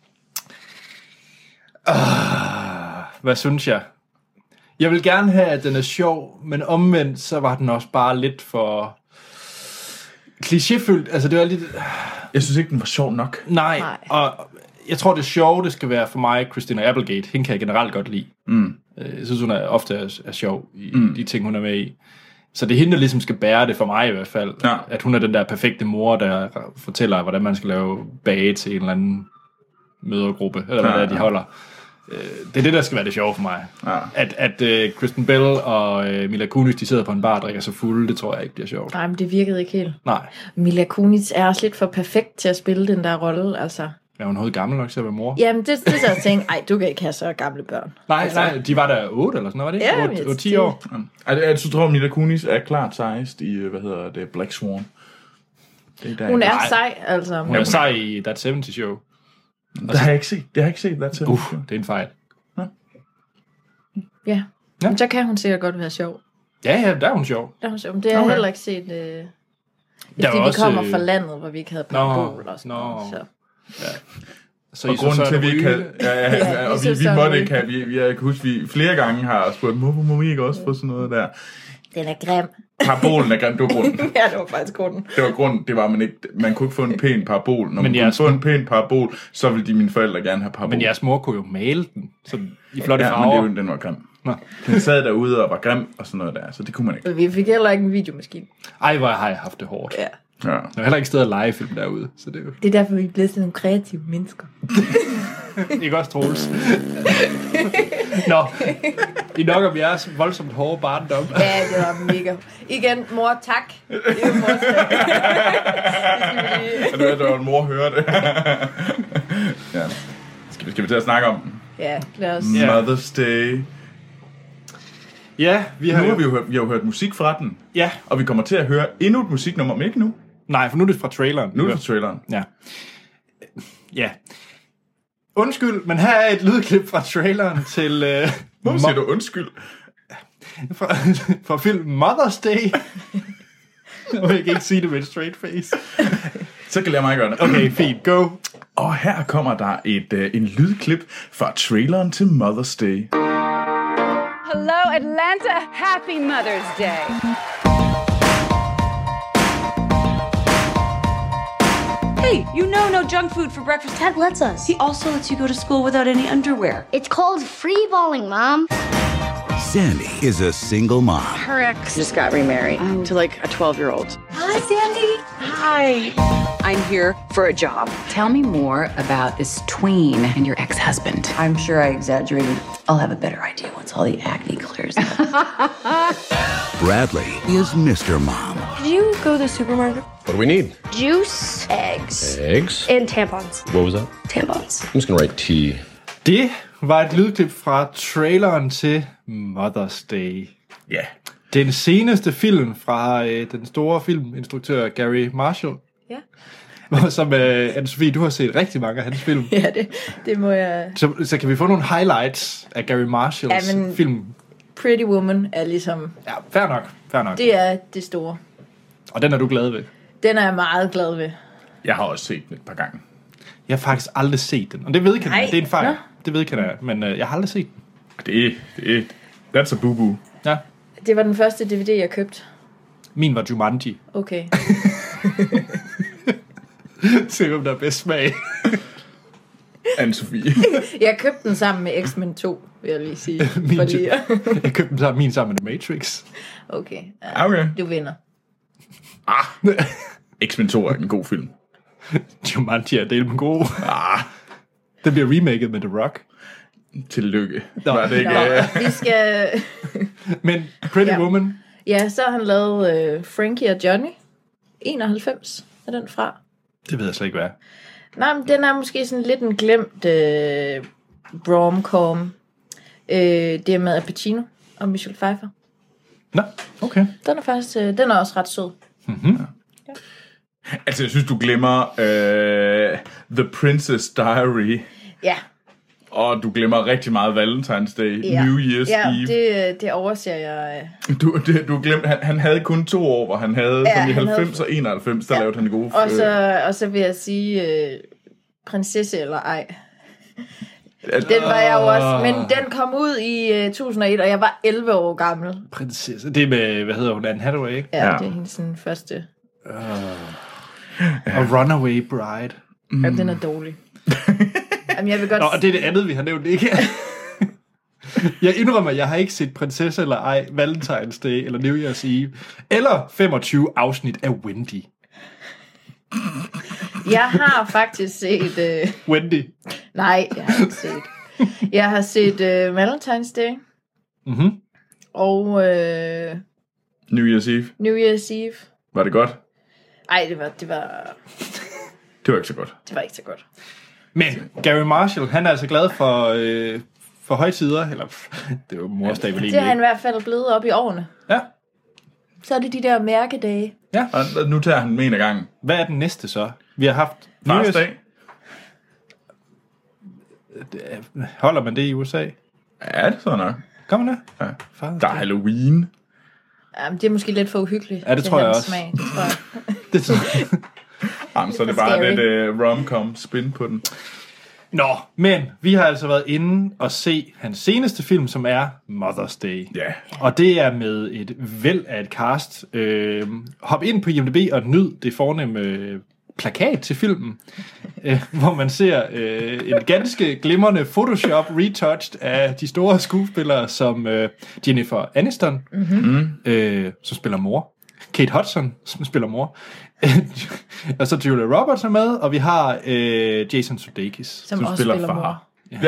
Hvad synes jeg? Jeg vil gerne have, at den er sjov, men omvendt, så var den også bare lidt for klichéfyldt. Altså, det var lidt... Jeg synes ikke, den var sjov nok. Nej, Nej. og jeg tror, det sjove, det skal være for mig, Christina Applegate. Hende kan jeg generelt godt lide. Mm. Øh, Jeg synes, hun er ofte er, er sjov i mm. de ting, hun er med i. Så det er hende, der ligesom skal bære det for mig i hvert fald. Ja. At hun er den der perfekte mor, der fortæller, hvordan man skal lave bage til en eller anden mødergruppe, eller hvad Ja, det er, de ja. holder. Øh, Det er det, der skal være det sjove for mig. Ja. At, at uh, Kristen Bell og uh, Mila Kunis, de sidder på en bar og drikker sig fulde, det tror jeg ikke bliver sjovt. Nej, men det virkede ikke helt. Nej. Mila Kunis er også lidt for perfekt til at spille den der rolle, altså. Er hun overhovedet gammel nok til at være mor? Jamen, det, det er så jeg tænkte, ej, du kan ikke have så gamle børn. Nej, Altså. nej, de var der otte eller sådan noget, var det? Ja, otte, men otte, ti det- år. Ja. Jeg, jeg tror, Mila Kunis er klart sejst i, hvad hedder det, Black Swan. Det er der, Hun er Nej. sej, altså. Hun er sej i That halvtreds Show. Det har jeg ikke set. Det har jeg ikke set. That's Uh, det er en fejl. Ja, Ja. men så kan hun sikkert godt være sjov. Ja, ja, der er hun sjov. Der er hun sjov. Men det har jeg Okay. heller ikke set... Øh... Det er, Der fordi var vi også, kommer øh, fra landet, hvor vi ikke havde parabol og sådan nå. noget. Så. Så Og I så grunden til, Søren at vi ikke Ryge. kan... Ja, ja, Ja, ja, og vi vi, så vi Søren måtte Ryge. ikke have... Vi, vi, jeg kan huske, vi flere gange har spurgt, må, må vi ikke også få sådan noget der? Den er grim. Parabolen er grim, det var grunden. Ja, det var faktisk grunden. Det var grunden, det var, man ikke... Man kunne ikke få en pæn parabol. Når man Men kunne jeres- få en pæn parabol, så ville de mine forældre gerne have parabol. Men jeres mor kunne jo male den, så i flotte ja, men farver. det, var- den var grim. Nå. Den sad derude og var grim og sådan noget der, så det kunne man ikke. Vi fik heller ikke en videomaskine. Ej, hvor har jeg haft det hårdt. Ja. Ja. Der er heller ikke sted at lege film derude, så det er jo Det er derfor, vi er blevet sådan nogle kreative mennesker. ikke også Troels. Nå, I nok om jeres voldsomt hårde barndom. Ja, det var mega. Igen, mor, tak. Det er jo mors dag. Det skal vi lige- Og det var, det var en mor høre det. Ja. Skal vi, skal vi til at snakke om den? Ja, lad os. Ja. Mother's Day. Ja, vi har Nu har jo... vi jo hørt, vi har jo hørt musik fra den, Ja, og vi kommer til at høre endnu et musiknummer, men ikke nu. nej, for nu er det fra traileren. Nu er det fra traileren. Ja. Ja. Undskyld, men her er et lydklip fra traileren til... Øh, Hvorfor siger du undskyld? fra, fra film Mother's Day. Og jeg kan ikke sige det med et straight face. Så kan jeg mig gøre det. Okay, fint, go. Og her kommer der et øh, en lydklip fra traileren til Mother's Day. Hello, Atlanta. Happy Mother's Day. Hey, you know no junk food for breakfast. Dad lets us. He also lets you go to school without any underwear. It's called free balling, Mom. Sandy is a single mom. Her ex just got remarried to like a twelve-year-old. Hi, Sandy. Hi. I'm here for a job. Tell me more about this tween and your ex-husband. I'm sure I exaggerated. I'll have a better idea once all the acne clears up. Bradley is Mister Mom. Did you go to the supermarket? What do we need? Juice, eggs, Eggs? and tampons. What was that? Tampons. I'm just gonna write tea. Det var et lydklip fra traileren til Mother's Day. Ja. Den seneste film fra øh, den store filminstruktør Gary Marshall. Ja. Som, øh, Anne-Sophie, du har set rigtig mange af hans film. Ja, det, det må jeg... Så, så kan vi få nogle highlights af Gary Marshalls Ja, men- film? Pretty Woman er ligesom... Ja, fair nok, fair nok. Det er det store. Og den er du glad ved? Den er jeg meget glad ved. Jeg har også set den et par gange. Jeg har faktisk aldrig set den. Og det vedkender Nej. jeg. Det er en fejl. Nå. Det vedkender jeg. Men øh, jeg har aldrig set den. Det, det, that's a boo-boo. Ja. Det var den første D V D, jeg købte. Min var Jumanji. Okay. Se, om der er bedst smag. Anne-Sophie. Jeg købte den sammen med X-Men to, vil jeg lige sige. Min Fordi... Jeg købte den sammen, min sammen med The Matrix. Okay. Ja, Okay. du vinder. Ah, X-Men to er en god film. Jumanji er del med gode. Ah, Den bliver remaket med The Rock. tillykke. Nå. Var det ikke? Nå, øh, vi skal... Men Pretty Ja. Woman. Ja, så har han lavet øh, Frankie og Johnny. enoghalvfems er den fra. Det ved jeg slet ikke, hvad er. Nej, men den er måske sådan lidt en glemt øh, rom-com. Øh, det er med Al Pacino og Michelle Pfeiffer. Nå, okay. Den er faktisk, øh, den er også ret sød. Altså, jeg synes, du glemmer øh, The Princess Diary, Ja, og du glemmer rigtig meget Valentine's Day, ja. New Year's ja, Eve. det, det overser jeg. øh. Du, det, du glemte, han, han havde kun to år, hvor han havde, Ja, som i han havde- halvfems og enoghalvfems, der Ja. lavede han gode... Og så, og så vil jeg sige, øh, prinsesse eller ej. øh, Den var jeg jo også, men den kom ud i øh, to tusind og et, og jeg var elleve år gammel. Prinsesse. Det er med, hvad hedder hun, Anne Hathaway, ikke? Ja, Ja. ja. det er hendes sådan, første. Og Runaway Bride. Mm. Jamen, den er dårlig. Jamen, jeg vil godt... Nå, og det er det andet, vi har nævnt, ikke? Jeg indrømmer, at jeg har ikke set Prinsesse eller ej, Valentine's Day eller New Year's Eve, eller femogtyve afsnit af Wendy. Jeg har faktisk set... Øh... Wendy. Nej, jeg har ikke set. Jeg har set øh, Valentine's Day Mhm. og øh, New Year's Eve. New Year's Eve. Var det godt? Ej, det var, det var, Det var ikke så godt. det var ikke så godt. Men Gary Marshall, han er altså glad for, øh, for højtider, eller pff, det er jo morsdag vel Det er han i egentlig. hvert fald blevet op i årene. Ja, Så er det de der mærkedage. Og nu tager han den en af gangen. hvad er den næste så? Vi har haft New Fars Year's- dag. Holder man det i U S A? Ja, det er sådan nok. Gør man det? Ja. Father's Der er Day. Halloween. Jamen, det er måske lidt for uhyggeligt. Ja, det til tror jeg hans også. Smag, det tror jeg. Det tror Jamen, så er det for bare scary. lidt uh, rom-com spin på den. Nå, men vi har altså været inde og se hans seneste film, som er Mother's Day. Ja. Og det er med et væld af et cast. Øh, hop ind på I M D B og nyd det fornemme øh, plakat til filmen, øh, hvor man ser øh, en ganske glimrende Photoshop retouched af de store skuespillere, som øh, Jennifer Aniston, mm-hmm. øh, som spiller mor, Kate Hudson, som spiller mor, og så Julia Roberts er med, og vi har øh, Jason Sudeikis, Som, som også spiller, spiller far.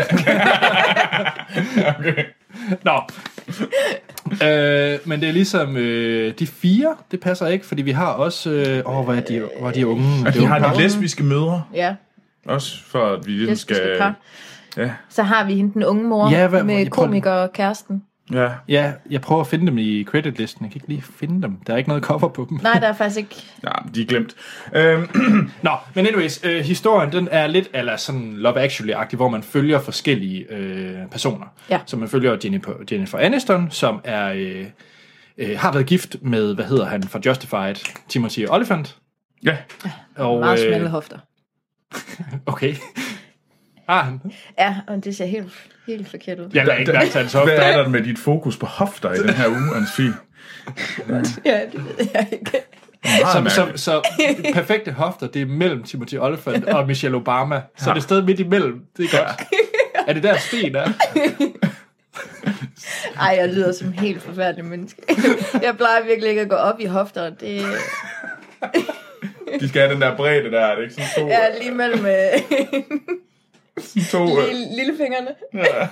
Okay. Nå. øh, men det er ligesom øh, de fire, det passer ikke, fordi vi har også øh, åh, hvad er de, hvor er de unge? Og de har de lesbiske mødre. Ja, Også for at vi ligesom lesbiske skal... par. Ja. Så har vi hende, den unge mor, Ja, hvad- med jeg prøver- komiker-kæresten. Ja. Ja, jeg prøver at finde dem i creditlisten. Jeg kan ikke lige finde dem. Der er ikke noget cover på dem. Nej, der er faktisk ikke... Ja, de er glemt. Øhm, Nå, men anyways, øh, historien den er lidt eller sådan Love Actually-agtig, hvor man følger forskellige øh, personer. Ja. Så man følger Jennifer, Jennifer Aniston, som er øh, øh, har været gift med, hvad hedder han fra Justified, Timothy Olyphant. ja. Og, Meget smalle hofter. Okay. Har han? Ja, og det ser helt, helt forkert ud. Jeg lader ikke mærke til hans Hvad hofter. er der med dit fokus på hofter i den her uge, Anne-Sophie? Ja, det ved jeg ikke. Så, så, så perfekte hofter, det er mellem Timothy Olyphant og Michelle Obama. Så er det stadig midt imellem. Det er godt. Er det der sten er? Ej, jeg lyder som en helt forfærdelig menneske. Jeg plejer virkelig ikke at gå op i hofter. Det De skal have den der bredde der, er det ikke sådan to... er lige mellem øh, to lille, lillefingrene. ja.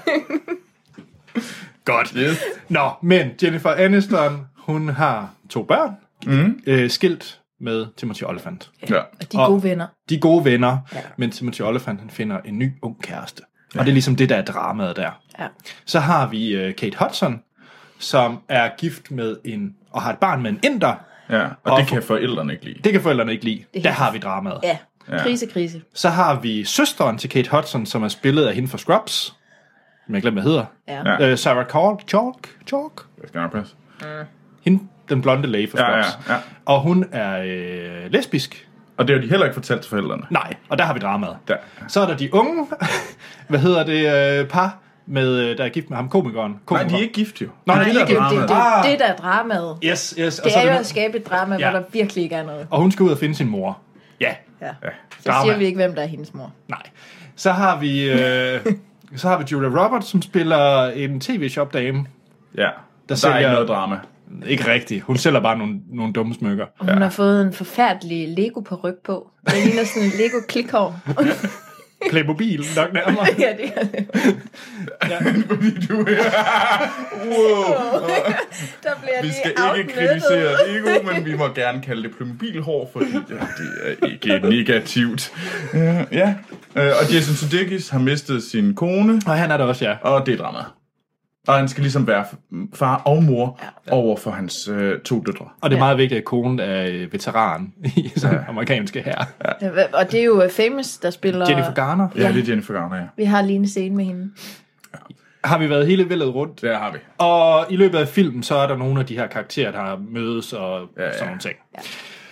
Godt. Yes. Nå, men Jennifer Aniston, hun har to børn, mm. øh, skilt med Timothy Olyphant. Ja. Og de er gode venner. De er gode venner, Ja. men Timothy Olyphant han finder en ny ung kæreste. Ja. Og det er ligesom det, der er dramaet der. Ja. Så har vi øh, Kate Hudson, som er gift med en, og har et barn med en inder. Ja, og, Og det for- kan forældrene ikke lide. Det kan forældrene ikke lide. er Der helt- har vi dramaet. Ja, Ja. krise, krise. Så har vi søsteren til Kate Hudson, som er spillet af hende fra Scrubs. Som jeg glemmer, hvad hedder. Ja. Ja. Øh, Sarah Chalk. Chalk? Chalk? Det skal nok passe. Hende, den blonde læge fra Ja, Scrubs. ja, ja. Og hun er øh, lesbisk. Og det har de heller ikke fortalt til forældrene. Nej, og der har vi dramaet. Der. Så er der de unge, hvad hedder det, øh, par, med, øh, der er gift med ham, komikeren. Nej, Komiker. de er ikke gift jo. Nå, Nej, det det, er det, der det, det, dramaet. det, det der er dramaet. Yes, yes. Og Det så er jo nu- at skabe et drama, Ja. hvor der virkelig ikke er noget. Og hun skal ud og finde sin mor. Ja, Ja. Ja. Så Drama. siger vi ikke, hvem der er hendes mor. nej. Så har vi, øh, så har vi Julia Roberts, som spiller en tv-shop-dame. Ja. Der, der er sælger- ikke noget drama. Ikke rigtigt. Hun sælger bare nogle, nogle dumme smykker. Og hun har fået en forfærdelig Lego på ryg på. Det ligner sådan en Lego klikhår. Playmobil nok nærmere. Ja, det er det. Fordi du er... wow. Der bliver Vi lige skal ikke outnuttet. kritisere Lego, men vi må gerne kalde det Playmobil-hår, fordi ja, det er ikke negativt. Ja, ja. Øh, Og Jason Sudeikis har mistet sin kone, Og han er der også, ja. og det er drama. Og han skal ligesom være far og mor over for hans øh, to døtre. Og det er Ja. meget vigtigt, at konen er øh, veteran i sådan ja. amerikanske her. Ja. Og det er jo Famous, der spiller... Jennifer Garner. Ja, det er Jennifer Garner, ja. Vi har lige en scene med hende. Har vi været hele vældet rundt. Det har vi. Og i løbet af filmen, så er der nogle af de her karakterer, der mødes og Ja, ja. sådan nogle ting. Ja.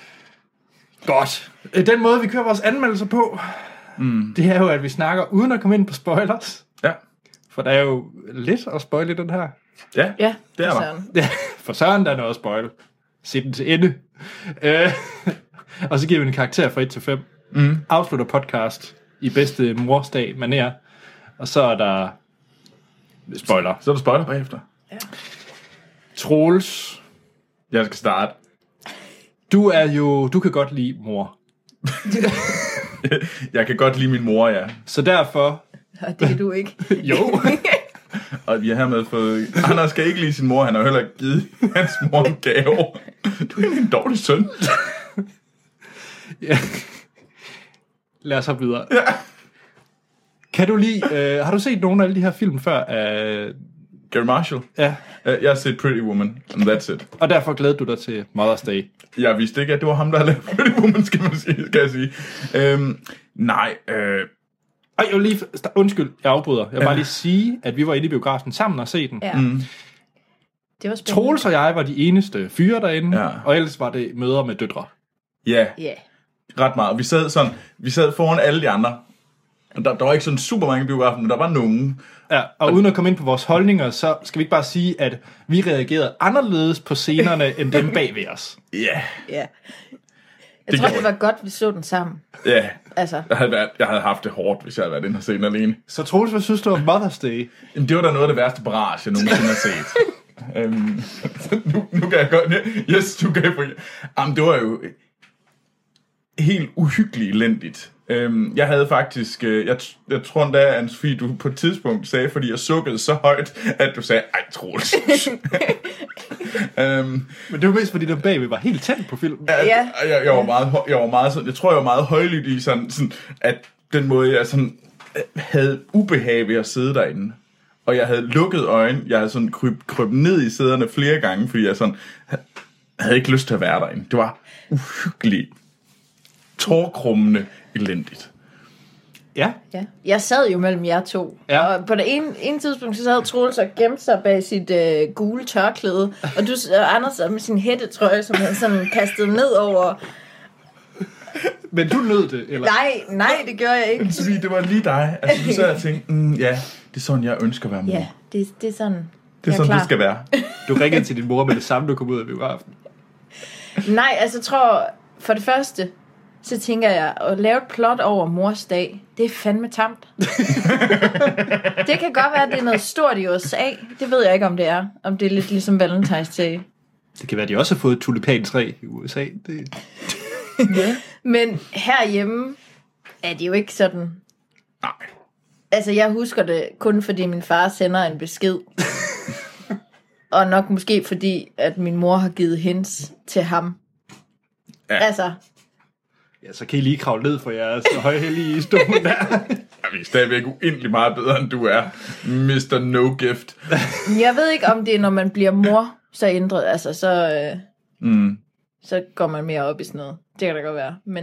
Godt. Den måde, vi kører vores anmeldelser på, mm. det er jo, at vi snakker uden at komme ind på spoilers. Ja. For der er jo lidt at spoile i den her. Ja, Ja, det er for der. søren. Ja, for søren, der er noget at spoil. Se den til ende. Øh, og så giver vi en karakter fra et til fem. Mm. Afslutter podcast i bedste morsdag manér. Og så er der spoiler. Så er der spoiler bagefter. Troels, Jeg skal starte. du er jo, du kan godt lide mor. Jeg kan godt lide min mor, ja. Så derfor, Og det kan du ikke. jo, Og vi har hermed fået... Anders skal ikke lide sin mor, han har heller ikke givet hans mor en gave. Du er en dårlig søn. ja. Lad os hoppe videre. Ja. Kan du lide, øh, har du set nogle af alle de her film før? Øh, Gary Marshall. ja, Uh, jeg har set Pretty Woman, and that's it. og derfor glæder du dig til Mother's Day. Jeg vidste ikke, at det var ham, der havde lavet Pretty Woman, skal man sige, skal jeg sige. Øhm, nej, øh, Ej, jeg vil lige... Undskyld, jeg afbryder. Jeg vil ja. bare lige sige, at vi var inde i biografen sammen og se den. Ja. Mm. Det var spændende. Troels og jeg var de eneste fyre derinde, ja. og ellers var det møder med døtre. Ja, yeah. ret meget. Vi sad, sådan, vi sad foran alle de andre. Der, der var ikke sådan super mange biografen, men der var nogen. Ja, og uden at komme ind på vores holdninger, så skal vi ikke bare sige, at vi reagerede anderledes på scenerne, end dem bag ved os. Ja. Yeah. Ja. Jeg det tror, det var godt, vi så den sammen. Ja. Yeah. Altså. Jeg havde, været, jeg havde haft det hårdt, hvis jeg havde været inde og set den alene. Så Troels, hvad synes du om Mother's Day? Jamen, det var da noget af det værste barrage, jeg nogensinde har set. um, nu, nu kan jeg godt... Yes, du kan jeg få... Jamen, det var jo helt uhyggeligt elendigt. Um, jeg havde faktisk... Uh, jeg, jeg tror endda, Anne-Sophie, du på et tidspunkt sagde, fordi jeg sukkede så højt, at du sagde, ej, Troels. um, Men det var mest, fordi der bagved var helt tændt på filmen. Ja. Jeg, jeg, jeg, var meget, jeg var meget sådan... Jeg tror, jeg var meget højlydt i sådan, sådan... At den måde, jeg sådan... havde ubehag ved at sidde derinde. Og jeg havde lukket øjne. Jeg havde sådan kryb, kryb ned i sæderne flere gange, fordi jeg sådan havde ikke lyst til at være derinde. Det var uhyggeligt, tårkrummende elendigt. Ja. ja. Jeg sad jo mellem jer to. Ja. Og på det ene, ene tidspunkt, så sad Troels og gemte sig bag sit øh, gule tørklæde. Og du og Anders sad med sin hættetrøje, som han sådan kastede ned over. Men du nød det, eller? Nej, nej, det gør jeg ikke. Fordi det var lige dig. Altså, du sad og tænkte, mm, ja, det er sådan, jeg ønsker at være mor. Ja, det, det er sådan, det er sådan, det skal være. Du ringede til din mor med det samme, du kom ud af biografen. Nej, altså jeg tror, for det første, så tænker jeg, at lave et plot over mors dag, det er fandme tamt. Det kan godt være, at det er noget stort i U S A. Det ved jeg ikke, om det er. Om det er lidt ligesom Valentine's Day. Det kan være, at de også har fået et tulipantræ i U S A. Det... Ja. Men herhjemme er det jo ikke sådan. Nej. Altså jeg husker det kun fordi min far sender en besked. Og nok måske fordi at min mor har givet hints til ham. Ja. Altså. Ja, så kan I lige kravle ned for jeres højhellige stolen der. Ja, vi er stadigvæk uendelig meget bedre end du er, mister No Gift. Jeg ved ikke om det er når man bliver mor så ændret. Altså så øh, mm. så går man mere op i sådan noget. Det kan da godt være, men...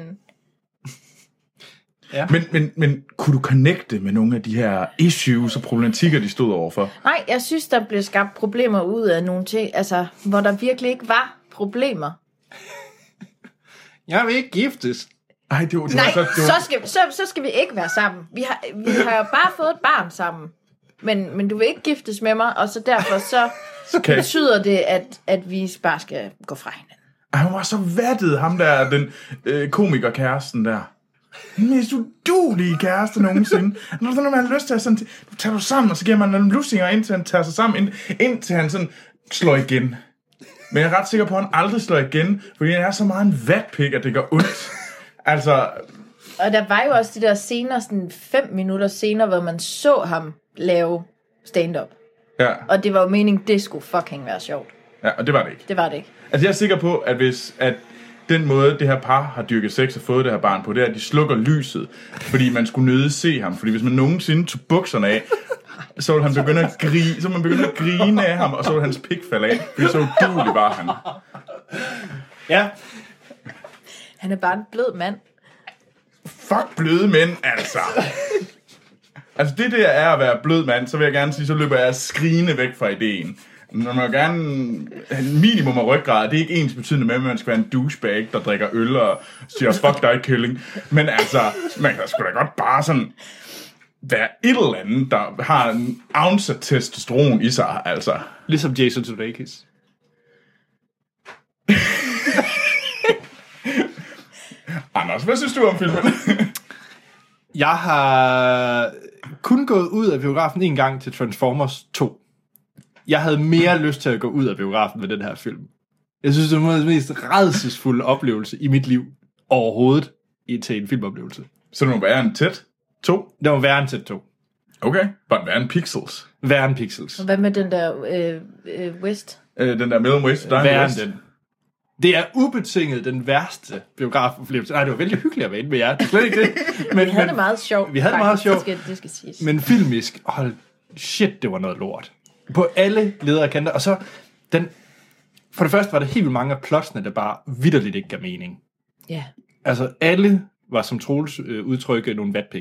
Ja. Men, men, men kunne du connecte med nogle af de her issues og problematikker, de stod overfor? Nej, jeg synes, der blev skabt problemer ud af nogle ting, altså, hvor der virkelig ikke var problemer. Jeg vil ikke giftes. Ej, det var, det Nej, var så, så, skal, så, så skal vi ikke være sammen. Vi har, vi har jo bare fået et barn sammen. Men, men du vil ikke giftes med mig, og så derfor så okay. betyder det, at, at vi bare skal gå fra hinanden. Ej, hun var så vattet, ham der, den øh, komikerkæresten der. Mest udulige kæreste nogensinde. Når man har lyst til at sådan, nu tager du sammen, og så giver man nogle lussinger, indtil han tager sig sammen, ind, indtil han sådan slår igen. Men jeg er ret sikker på, at han aldrig slår igen, fordi han er så meget en vatpik, at det gør ondt. Altså... Og der var jo også de der scener, sådan fem minutter senere, hvor man så ham lave stand-up. Ja. Og det var jo meningen, det skulle fucking være sjovt. Ja, og det var det ikke. Det var det ikke. Altså jeg er sikker på, at hvis at den måde, det her par har dyrket sex og fået det her barn på, det er, at de slukker lyset, fordi man skulle nøde se ham. Fordi hvis man nogensinde tog bukserne af, så ville han begynde at grine, så man begyndte at grine af ham, og så ville hans pik falde af. Fordi så uduelig var han. Ja. Han er bare en blød mand. Fuck bløde mænd, altså. Altså det der er at være blød mand, så vil jeg gerne sige, så løber jeg skrigende væk fra ideen. Når man gerne minimum af ryggrad, det er ikke ens betydende med, at man skal være en douchebag, der drikker øl og siger, fuck dig, killing. Men altså, man kan sgu da godt bare sådan være et eller andet, der har en ounce af testosteron i sig, altså. Ligesom Jason Sudeikis. Anders, hvad synes du om filmen? Jeg har kun gået ud af biografen en gang til Transformers to. Jeg havde mere lyst til at gå ud af biografen med den her film. Jeg synes, det var den mest rædselsfulde oplevelse i mit liv overhovedet til en filmoplevelse. Så det må være en tæt to? Det må være en tæt to. Okay, bare være en Pixels. Være en Pixels. Og hvad med den der øh, øh, West? Øh, den der Mellem West. Være den. Det er ubetinget den værste biografoplevelse. Nej, det var vældig hyggeligt at være inde med jer. Det er slet ikke det. Men, vi havde men, det meget sjovt. Vi havde det meget sjovt. Det skal, det skal siges. Men filmisk, hold shit, det var noget lort. På alle ledere og kanter. Og så, den, for det første var der helt vildt mange af plotsene, der bare vitterligt ikke gav mening. Ja. Altså, alle var som Troels øh, udtrykke nogle vatpikke.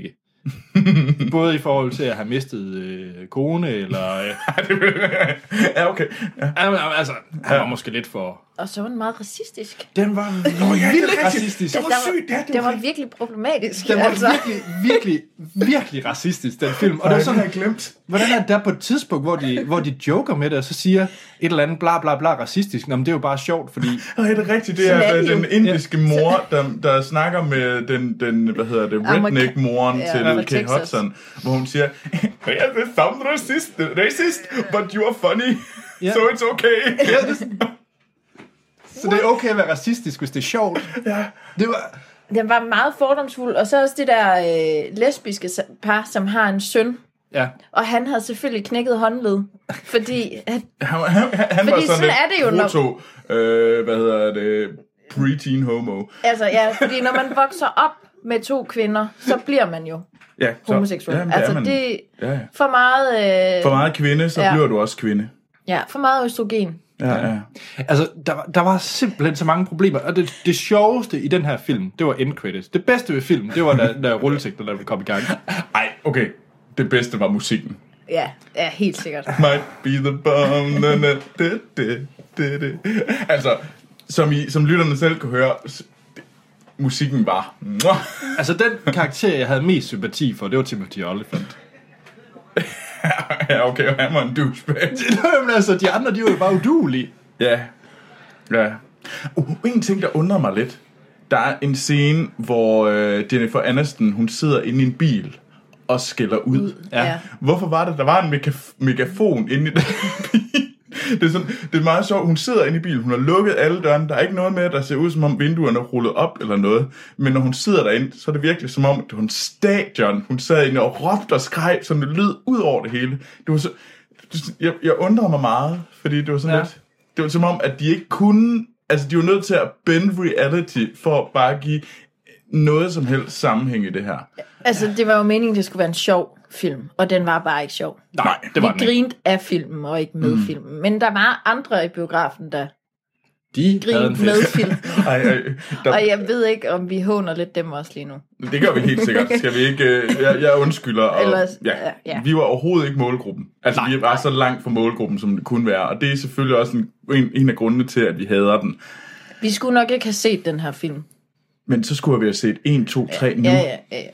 Både i forhold til at have mistet øh, kone, eller... Øh, ja, okay. Ja. Altså, han var måske lidt for... Og så var den meget racistisk. Den var Nå, ja, vildt racistisk. Det var sygt, ja. Det Den var, var virkelig problematisk. Den var altså. virkelig, virkelig, virkelig racistisk, den film. Og det var sådan, jeg glemt. hvordan er det der på et tidspunkt, hvor de, hvor de joker med det, og så siger et eller andet bla bla bla racistisk. Nå, men det er jo bare sjovt, fordi... Nej, det er rigtigt. Det er, er den indiske mor, der, der snakker med den, den hvad hedder det, redneck-moren ja, til Kate Texas. Hudson, hvor hun siger, yeah, they sound racist, racist, but you are funny, Ja. so it's okay. Ja, det, så det er okay at være racistisk, hvis det er sjovt. Ja. Det var... Den var meget fordomsfuld. Og så også det der øh, lesbiske par, som har en søn. Ja. Og han havde selvfølgelig knækket håndled. Fordi... At, Han, han, han Fordi var sådan, sådan lidt er det jo, når- proto, øh, hvad hedder det, preteen homo. altså, ja, fordi når man vokser op med to kvinder, så bliver man jo Ja, så, homoseksuel. jamen, det er altså, man. det Ja, ja. for meget... Øh, For meget kvinde, så Ja. bliver du også kvinde. Ja, for meget østrogen. Ja, ja. Altså, der, var- der var simpelthen så mange problemer. Og det, det sjoveste i den her film, det var end credits. Det bedste ved filmen, det var da, da rulletekster, der ville komme i gang. Ej, okay. Det bedste var musikken. Ja, ja, helt sikkert. Might be the bomb. Na, na, det, det, det, det. Altså, som, I, som lytterne selv kunne høre, s- det- musikken var... Mwah. Altså, den karakter, jeg havde mest sympati for, det var Timothy Olyphant. Ja, okay, og han var en douchebag. Jamen, altså, de andre, de var jo bare uduelige. Ja. Ja. Uh, en ting, der undrer mig lidt. Der er en scene, hvor øh, Jennifer Aniston, hun sidder inde i en bil og skælder ud. Ja. Ja. Hvorfor var det, der var en megaf- megafon inde i den bil? Det er, sådan, det er meget sjovt. Hun sidder inde i bilen. Hun har lukket alle dørene. Der er ikke noget med, der ser ud som om vinduerne er rullet op eller noget. Men når hun sidder derinde, så er det virkelig som om, at det var en stadion. Hun sad inde og råbte og skreg, så det lød ud over det hele. Det var så, jeg, jeg undrer mig meget, fordi det var sådan Ja. lidt... Det var som om, at de ikke kunne... Altså, de var nødt til at bend reality for at bare give noget som helst sammenhæng i det her. Altså, det var jo meningen, det skulle være en sjov film. Og den var bare ikke sjov. Nej, det var Vi den ikke. grinte af filmen og ikke med mm. filmen. Men der var andre i biografen, der De havde en grinte med fest. filmen. Ej, ej, der, Og jeg ved ikke, om vi håner lidt dem også lige nu. det gør vi helt sikkert. Skal vi ikke... øh, Jeg, jeg undskylder. Og, Ellers- ja, ja, ja. Vi var overhovedet ikke målgruppen. Altså, Nej, vi var så langt fra målgruppen, som det kunne være. Og det er selvfølgelig også en, en, en af grundene til, at vi hader den. Vi skulle nok ikke have set den her film. Men så skulle vi have set en, to, tre nu. Ja, ja, ja. ja.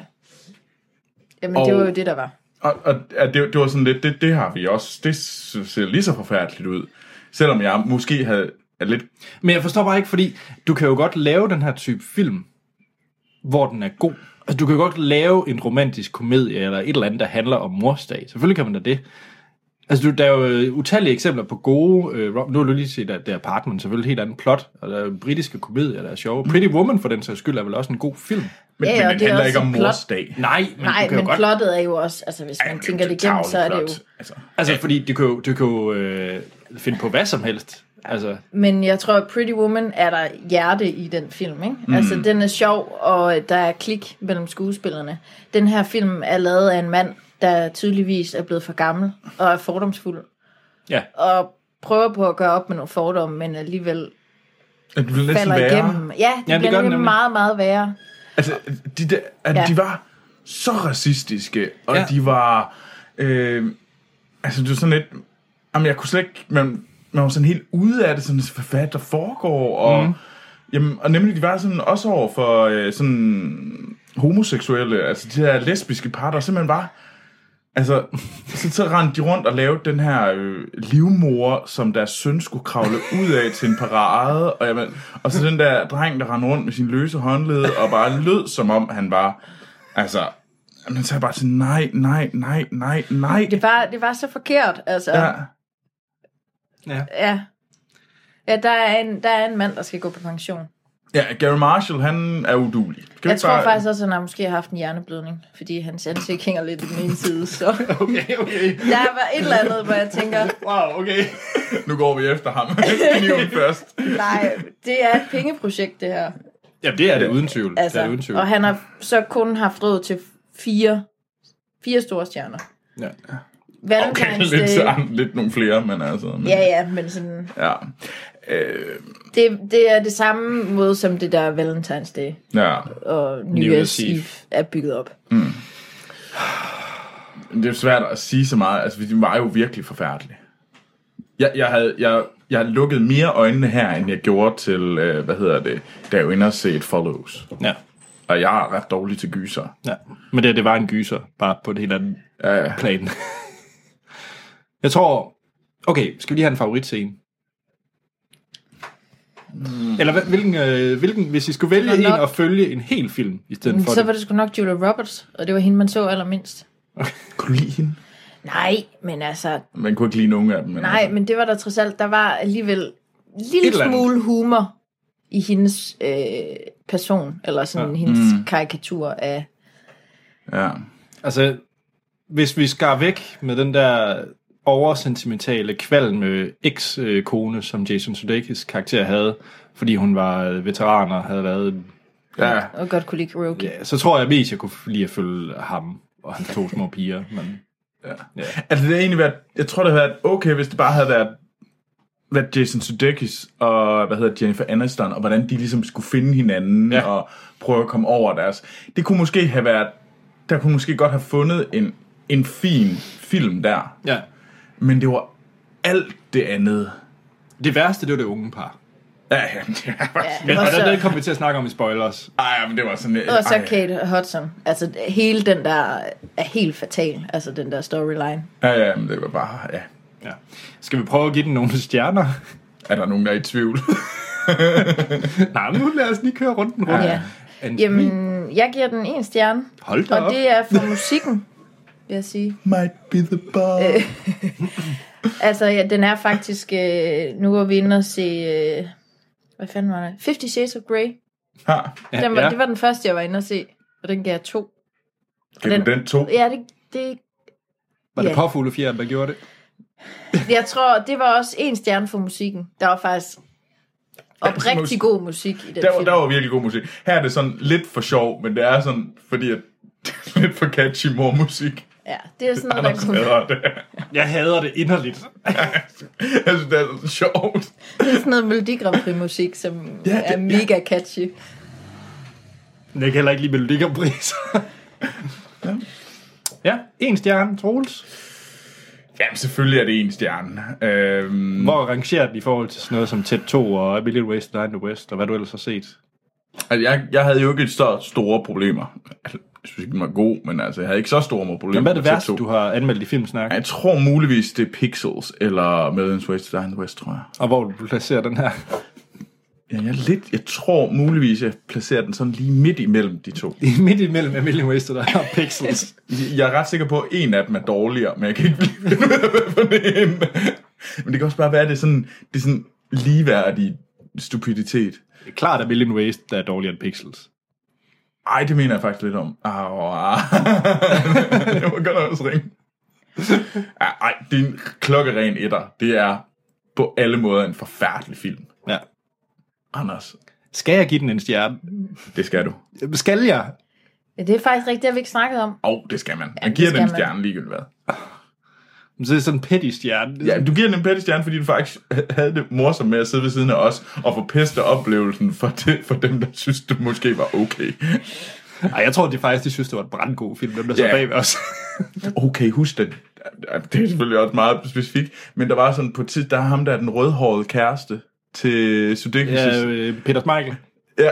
Jamen, Og- det var jo det, der var. Og, og ja, det, det var sådan lidt, det, det har vi også. Det ser lige så forfærdeligt ud. Selvom jeg måske havde er lidt... Men jeg forstår bare ikke, fordi du kan jo godt lave den her type film, hvor den er god. Altså, du kan jo godt lave en romantisk komedie, eller et eller andet, der handler om morsdag. Selvfølgelig kan man da det. Altså, du, der er jo øh, utallige eksempler på gode... Øh, rom- nu har du lige set, at det er Apartment, selvfølgelig et helt andet plot, og der er jo britiske komedier, der er sjove. Pretty Woman, for den sags skyld, er vel også en god film. Men, Ja, men og den det er handler også ikke om et plot. morsdag. Nej, men Nej, du kan men jo godt... plottet er jo også... Altså, hvis man tænker det igennem, så er det jo... Altså, Altså, fordi du kan jo, du kan jo øh, finde på hvad som helst. Altså, Men jeg tror, at Pretty Woman er der hjerte i den film, ikke? Mm. Altså, den er sjov, og der er klik mellem skuespillerne. Den her film er lavet af en mand, der tydeligvis er blevet for gammel og er fordomsfuld. ja. Og prøver på at gøre op med nogle fordomme, men alligevel det bliver næsten falder værre. igennem. Ja, det det bliver gør den nemlig nemlig. meget, meget værre. Altså, de, der, at Ja. de var så racistiske, og Ja. ja. de var... Øh, altså, det var sådan lidt... Jamen, jeg kunne slet ikke... Man, man var sådan helt ude af det, sådan, hvad fanden der foregår, og... Mm. Jamen, og nemlig, de var sådan også over for øh, sådan homoseksuelle, altså de her lesbiske par, der simpelthen var... Altså, så, så rendte de rundt og lavede den her øh, livmor, som deres søn skulle kravle ud af til en parade, og, jamen, og så den der dreng, der rendte rundt med sin løse håndled, og bare lød, som om han var, altså, man sagde bare sådan, nej, nej, nej, nej, nej. Det var, det var så forkert, altså. Ja, Ja. Ja. Ja, der er, en, der er en mand, der skal gå på pension. ja, Gary Marshall, han er uduelig. Skal vi Jeg ikke tror bare- faktisk også, at han har måske haft en hjerneblødning, fordi hans ansigt hænger lidt i den ene side, så Okay, okay. der var et eller andet, hvor jeg tænker, Wow, okay. Nu går vi efter ham. Kniven først. nej, det er et pengeprojekt, det her. Ja, det er det uden tvivl. Altså, det er uden tvivl. og han har så kun haft råd til fire, fire store stjerner. Ja. Okay, Valentine's lidt, Day. så, lidt nogle flere, men altså... Men, Ja, ja, men sådan, ja. Øh, det, det er det samme måde, som det der Valentine's Day ja. og New New Year's Year's Eve. Eve er bygget op. Det er svært at sige så meget. Altså, de var jo virkelig forfærdelige. Jeg, jeg, havde, jeg, jeg havde lukket mere øjnene her, end jeg gjorde til, øh, hvad hedder det, da jeg jo inde og se It Follows. Ja. Og jeg er ret dårlig til gyser. Ja, men det, det var en gyser, bare på et helt andet ja, ja. plan. Jeg tror... Okay, skal vi lige have en favoritscene? Mm. Eller hvilken, øh, hvilken, hvis I skulle vælge en nok... og følge en hel film i stedet mm, for så det. var det sgu nok Julia Roberts, og det var hende, man så allermindst. Kunne du lide hende? Nej, men altså... Man kunne ikke lide nogen af dem. Men nej, altså. men det var der trods alt, der var alligevel en lille smule humor i hendes øh, person, eller sådan ja. hendes mm. karikatur af... Ja. Altså, hvis vi skar væk med den der oversentimentale kvalme eks-kone, som Jason Sudeikis karakter havde, fordi hun var veteran og havde været... Ja. Og godt kunne lide karaoke. Ja, så tror jeg mest, jeg kunne lide at følge ham og hans to små piger, men... Ja. Ja. Altså det er egentlig været, jeg tror det havde været okay, hvis det bare havde været, været Jason Sudeikis og hvad hedder Jennifer Aniston, og hvordan de ligesom skulle finde hinanden ja. og prøve at komme over deres. Det kunne måske have været, der kunne måske godt have fundet en, en fin film der. Ja. Men det var alt det andet. Det værste, det var det unge par. Ja, ja. ja. Men, og der, der kommer vi til at snakke om i spoilers. Ej, ja, men det var sådan... Og så Kate Hudson. Altså, hele den der er helt fatal. Altså, den der storyline. Ja, ja, men det var bare... Ja. Ja. Skal vi prøve at give den nogle stjerner? Er der nogen, der er i tvivl? Nej, men nu lad os lige køre rundt den rundt. Ja. Jamen, jeg giver den en stjerne. Hold da og op. det er for musikken, vil jeg sige. Might be the bar. Altså, ja, den er faktisk... Øh, nu er vi inde og se... Øh, hvad fanden var det? Fifty Shades of Grey. Ha. Den var, ja. Det var den første, jeg var inde og se. Og den gav jeg to. Gav du den to? Ja, det... det var det ja. Påfuglefjern, der gjorde det? Jeg tror, det var også en stjerne for musikken. Der var faktisk oprigtig god musik i den der var, film. Der var virkelig god musik. Her er det sådan lidt for sjov, men det er sådan, fordi at lidt for catchy mormusik. Ja, det er sådan noget, der kunne... Det. Jeg hader det inderligt. Jeg synes, det er så sjovt. Det er sådan noget Melodi Grand Prix musik, som ja, det, er mega ja. catchy. Men jeg kan heller ikke lide Melodi Grand Prix. ja. ja, en stjerne, Troels. Jamen, selvfølgelig er det en stjerne. Øhm... Hvor rangerer den i forhold til sådan noget som Ted to og A Million Ways to Die in the West, og hvad du ellers har set? Altså, jeg, jeg havde jo ikke så store problemer. Altså, jeg synes ikke, den var god, men altså, jeg havde ikke så store problemer. Men hvad er det værste, du har anmeldt i Filmsnak? Jeg tror muligvis, det er Pixels, eller Million Ways to Die in the West, tror jeg. Og hvor du placerer den her? Ja, jeg, er lidt, jeg tror muligvis, jeg placerer den sådan lige midt imellem de to. midt imellem A Million Ways to Die og Pixels. Jeg er ret sikker på, at en af dem er dårligere, men jeg kan ikke blive på det ene. Men det kan også bare være, at det er sådan, det er sådan ligeværdig stupiditet. Det er klart, at Million Ways der er dårligere end Pixels. Ej, det mener jeg faktisk lidt om. Au, au. Det må godt også ringe. Ej, det er en klokkeren etter. Det er på alle måder en forfærdelig film. Ja. Anders. Skal jeg give den en stjerne? Det skal du. Skal jeg? Ja, det er faktisk rigtigt, det har vi ikke snakket om. Åh, oh, det skal man. Ja, man giver den en man. stjerne ligegyldigt hvad. Så det er sådan en petty stjerne. Ja, du giver den en petty stjerne, fordi du faktisk havde det morsomt med at sidde ved siden af os og forpeste oplevelsen for, det, for dem, der synes, det måske var okay. Ej, jeg tror, de faktisk de synes, det var et brandgod film, dem der så ja. bag ved os. Okay, husk det. Det er selvfølgelig også meget specifikt, men der var sådan på tid, der er ham, der er den rødhårede kæreste til Sudeikis. Ja, Peter Smeichel. Ja.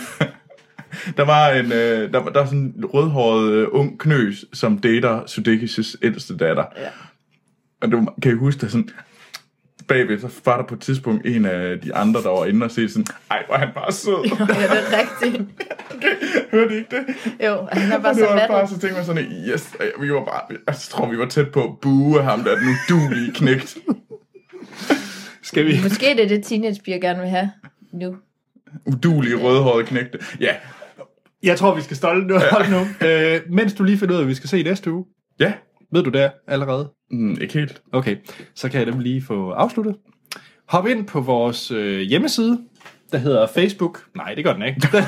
Der var en øh, der, der var sådan en rødhåret øh, ung knøs, som dater Sudeikis' ældste datter. Ja. Og du kan I huske, der sådan bagved, så var der på et tidspunkt en af de andre, der var inde og se sådan, ej, hvor er han bare sød. Jo, ja, det er rigtigt. Okay, hørte I ikke det? Jo, han er bare og så det var vattet. bare så tænkte man sådan, yes, vi var bare, jeg tror, vi var tæt på at bue ham, der den udulige knægt. Skal vi? Måske det er det, teenagepiger gerne vil have nu. Udulige rødhårede knægte. Ja. Jeg tror, vi skal stolte nu. Hold nu. Øh, mens du lige finder ud af, hvad vi skal se i næste uge. Ja. Ved du det allerede? Mm, ikke helt. Okay, så kan jeg dem lige få afsluttet. Hop ind på vores øh, hjemmeside, der hedder Facebook. Nej, det gør den ikke. Den,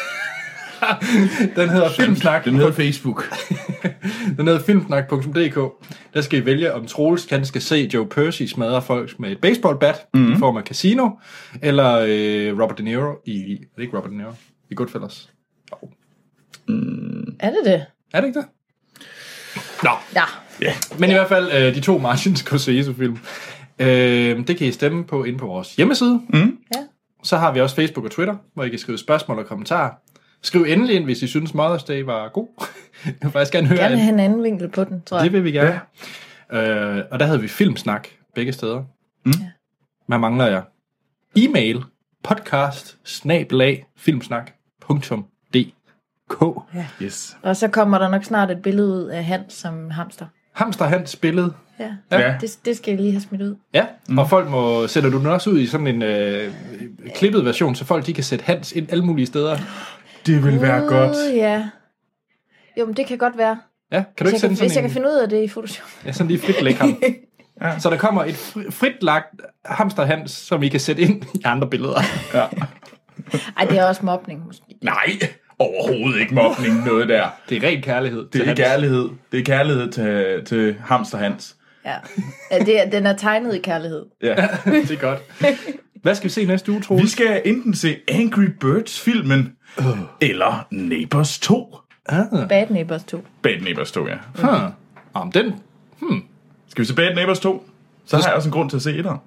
den hedder Filmsnak. Den hedder Facebook. Den hedder filmsnak punktum d k. Der skal I vælge, om Troels kan skal se Joe Pesci smadre folk med et baseballbat mm-hmm. i form af Casino, eller øh, Robert De Niro i... Er det ikke Robert De Niro? I Goodfellas. Oh. Mm. Er det det? Er det ikke det? Nå. Ja. Ja. Men i hvert fald, øh, de to Martin Scorsese-film. Øh, det kan I stemme på inde på vores hjemmeside. Mm. Ja. Så har vi også Facebook og Twitter, hvor I kan skrive spørgsmål og kommentarer. Skriv endelig ind, hvis I synes Mother's Day var god. Jeg vil faktisk gerne høre Gerne en. have en anden vinkel på den, tror jeg. Det vil vi gerne. Ja. Øh, og der havde vi filmsnak begge steder. Mm. Hvad mangler jeg? E-mail, podcast, snabelag, filmsnak, punktum, d k. Ja. Yes. Og så kommer der nok snart et billede ud af Hans som hamster. Hamster Hans billede. Ja, Ja. det, det skal jeg lige have smidt ud. Ja, mm. og folk må, sætter du den også ud i sådan en øh, klippet version, så folk de kan sætte Hans ind alle mulige steder. Det vil være Uh, godt. Ja. Jo, men det kan godt være. Ja, kan du Hvis, ikke jeg sende kan, hvis sådan jeg kan en... finde ud af det i Photoshop. Ja, sådan lige frit læg ham. Ja. Så der kommer et fri, frit lagt hamster Hans, som I kan sætte ind i andre billeder. Ja. Ej, det er også mobning måske. Nej, overhovedet ikke mobning, noget der. Det er ren kærlighed. Det er Hans. kærlighed. Det er kærlighed til, til hamster Hans. Ja, ja det er, den er tegnet i kærlighed. Ja. Det er godt. Hvad skal vi se næste uge, Troels? Vi skal enten se Angry Birds-filmen, uh. eller Neighbors to. Ah. Bad Neighbors to. Bad Neighbors to, ja. Huh. Om den... Hmm. Skal vi se Bad Neighbors to? Så har jeg også en grund til at se etteren.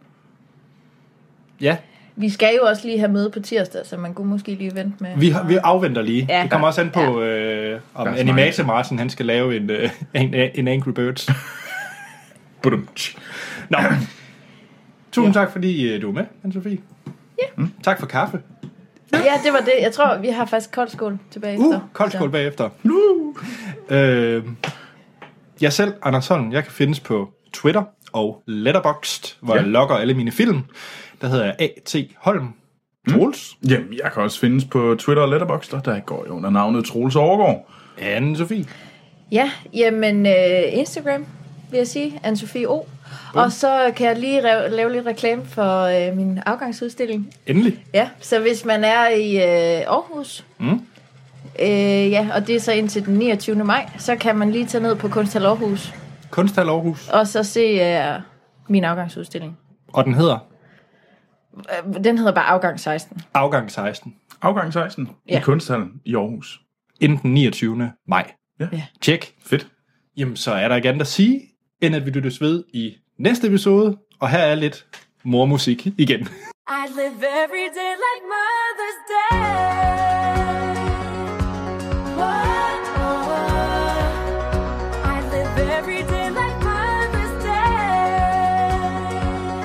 Ja. Vi skal jo også lige have møde på tirsdag, så man kunne måske lige vente med... Vi, har, vi afventer lige. Ja. Det kommer også an på, øh, om Deres Animator Martin, han skal lave en, øh, en, en Angry Birds. Budum. Nå. Tusind ja. tak, fordi øh, du er med, Anne-Sophie. Ja. Mm. Tak for kaffe. Ja, det var det. Jeg tror, vi har faktisk koldskål tilbage Uh, efter. koldskål bagefter. Uh. Øh, jeg selv, Anders Holm, jeg kan findes på Twitter og Letterboxd, hvor ja. jeg logger alle mine film. Der hedder jeg A T Holm. Troels? Mm. Jamen, jeg kan også findes på Twitter og Letterboxd, der går jo under navnet Troels Overgaard. Anne-Sophie. Ja, jamen øh, Instagram vil jeg sige, Anne-Sophie O. Og så kan jeg lige re- lave lidt reklame for øh, min afgangsudstilling. Endelig. Ja, så hvis man er i øh, Aarhus, Mm. øh, ja, og det er så indtil den niogtyvende maj, så kan man lige tage ned på Kunsthal Aarhus. Kunsthal Aarhus. Og så se øh, min afgangsudstilling. Og den hedder? Den hedder bare Afgang seksten. Afgang seksten. Afgang seksten Ja. i Kunsthallen i Aarhus. Inden den niogtyvende maj. Ja. Ja. Tjek. Fedt. Jamen, så er der ikke andet at sige, end at vi lyttes ved i næste episode. Og her er lidt mormusik igen. I live every day like Mother's Day. Whoa, I live every day like Mother's Day.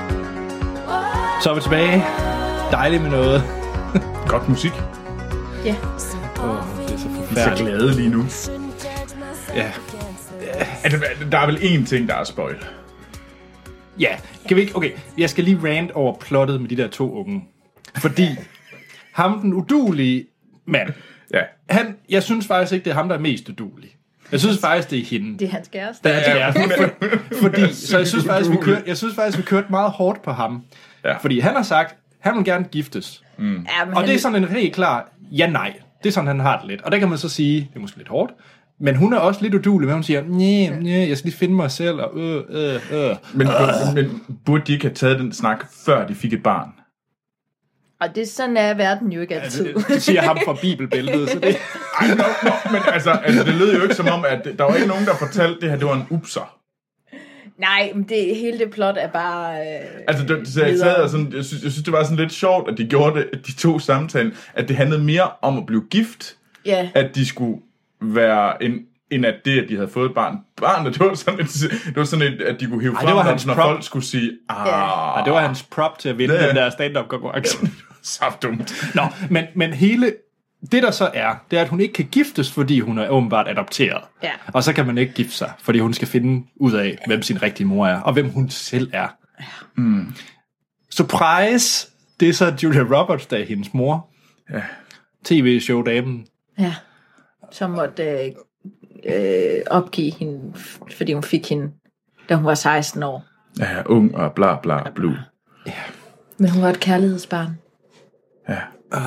Whoa. Så er vi tilbage. Dejligt med noget. Godt musik. Ja. Åh, det er så Vi er så forfærdeligt. glade lige nu. Ja. Altså, der er vel én ting, der er spoil. Ja, kan vi ikke? Okay, jeg skal lige rant over plottet med de der to unge. Fordi ham, den udulige mand, Ja. han, jeg synes faktisk ikke, det er ham, der er mest udulig. Jeg synes faktisk, det er hende. Det er hans kæreste. Det er hans kæreste. Fordi, så jeg synes faktisk, vi kørte, jeg synes faktisk, vi kørte meget hårdt på ham. Ja. Fordi han har sagt, han vil gerne giftes. Ja, men Og han, det er sådan en helt klar ja-nej. Det er sådan, han har det lidt. Og der kan man så sige, det er måske lidt hårdt, men hun er også lidt udulig, men hun siger, nej, nej, jeg skal lige finde mig selv, og øh, øh, øh. Men, uh. men burde de ikke have taget den snak, før de fik et barn? Og det sådan er verden jo ikke altid. Det, det siger ham fra bibelbæltet, så det... Ej, no, no, men altså, altså, det lød jo ikke som om, at der var ikke nogen, der fortalte det her, det var en upser. Nej, men det, hele det plot er bare... Øh, Altså, det, så jeg, sad og sådan, jeg, synes, jeg synes, det var sådan lidt sjovt, at de gjorde det, de to samtaler, at det handlede mere om at blive gift, ja. at de skulle være en, end at det, at de havde fået et barn. Barnet, det var sådan et, det var sådan et, at de kunne hive Ej, frem, det var når, hans når prop. folk skulle sige, ah, Ja, det var hans prop til at vinde Det- den der stand-up-konkurrence. så dumt. Nå, men, men hele... Det der så er, det er, at hun ikke kan giftes, fordi hun er åbenbart adopteret. Ja. Og så kan man ikke gifte sig, fordi hun skal finde ud af, hvem sin rigtige mor er, og hvem hun selv er. Mm. Surprise! Det er så Julia Roberts, der er hendes mor. Ja. T V-show-damen. Ja. Som måtte øh, øh, opgive hende, f- fordi hun fik hende, da hun var seksten år. Ja, ung og bla bla blu. Men hun var et kærlighedsbarn. Ja.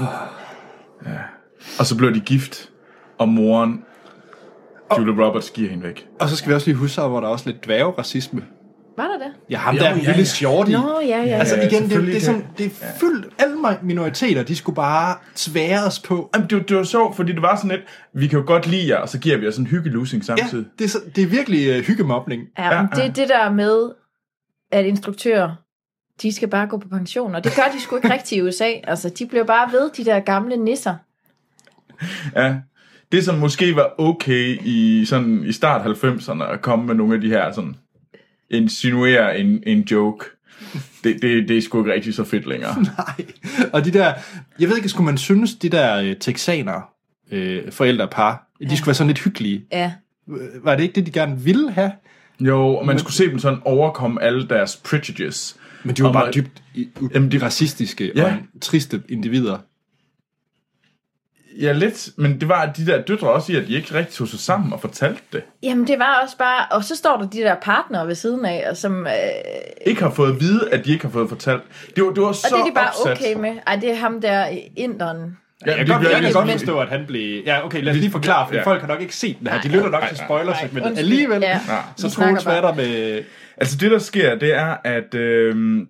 ja. Og så blev de gift, og moren, Julia Roberts, giver hende væk. Og så skal vi også lige huske, hvor der er også lidt dværgeracisme. Var der det? Ja, ham Jo, der ja, lille ja. shorty. Nå, ja, ja. Altså Ja, igen, det, det, selvfølgelig er sådan, det. det er fyldt, alle minoriteter, de skulle bare sværes på. Jamen, det, det var sjovt, fordi det var sådan lidt, vi kan jo godt lide jer, og så giver vi jer sådan en hyggelusing Ja, samtidig. det er, så, det er virkelig uh, hyggemobning. Ja, Ja, men det ja. er det der med, at instruktører, de skal bare gå på pension, og det gør de sgu ikke rigtigt i U S A. Altså, de bliver bare ved, de der gamle nisser. Ja. Det, som måske var okay i, sådan, i start halvfemserne, at komme med nogle af de her, sådan, insinuere en, en joke, det, det, det er sgu ikke rigtig så fedt længere. Nej. Og de der, jeg ved ikke, skulle man synes, de der uh, texaner, uh, forældrepar, ja. de skulle være sådan lidt hyggelige. Ja. Var det ikke det, de gerne ville have? Jo, og man skulle se dem sådan overkomme alle deres prejudice. Men de var Og bare man- dybt Jamen, de racistiske Ja. og triste individer. Ja, lidt, men det var de der døtre også i, at de ikke rigtig tog sig sammen og fortalte det. Jamen, det var også bare... Og så står der de der partnere ved siden af, og som... Øh, Ikke har fået at vide, at de ikke har fået fortalt. Det var, det var så og det er de bare opsat. okay med. Ej, det er ham der inderen. Ja, jeg, det kan godt, bliver jeg kan lidt- godt forstå, at han blev... Ja, okay, lad os lige forklare, for Ja. folk har nok ikke set den her. De lytter nok til spoilers, men undskyld. alligevel, Ja. så Vi snakker Troels hvad der med... Altså det, der sker, det er, at øh,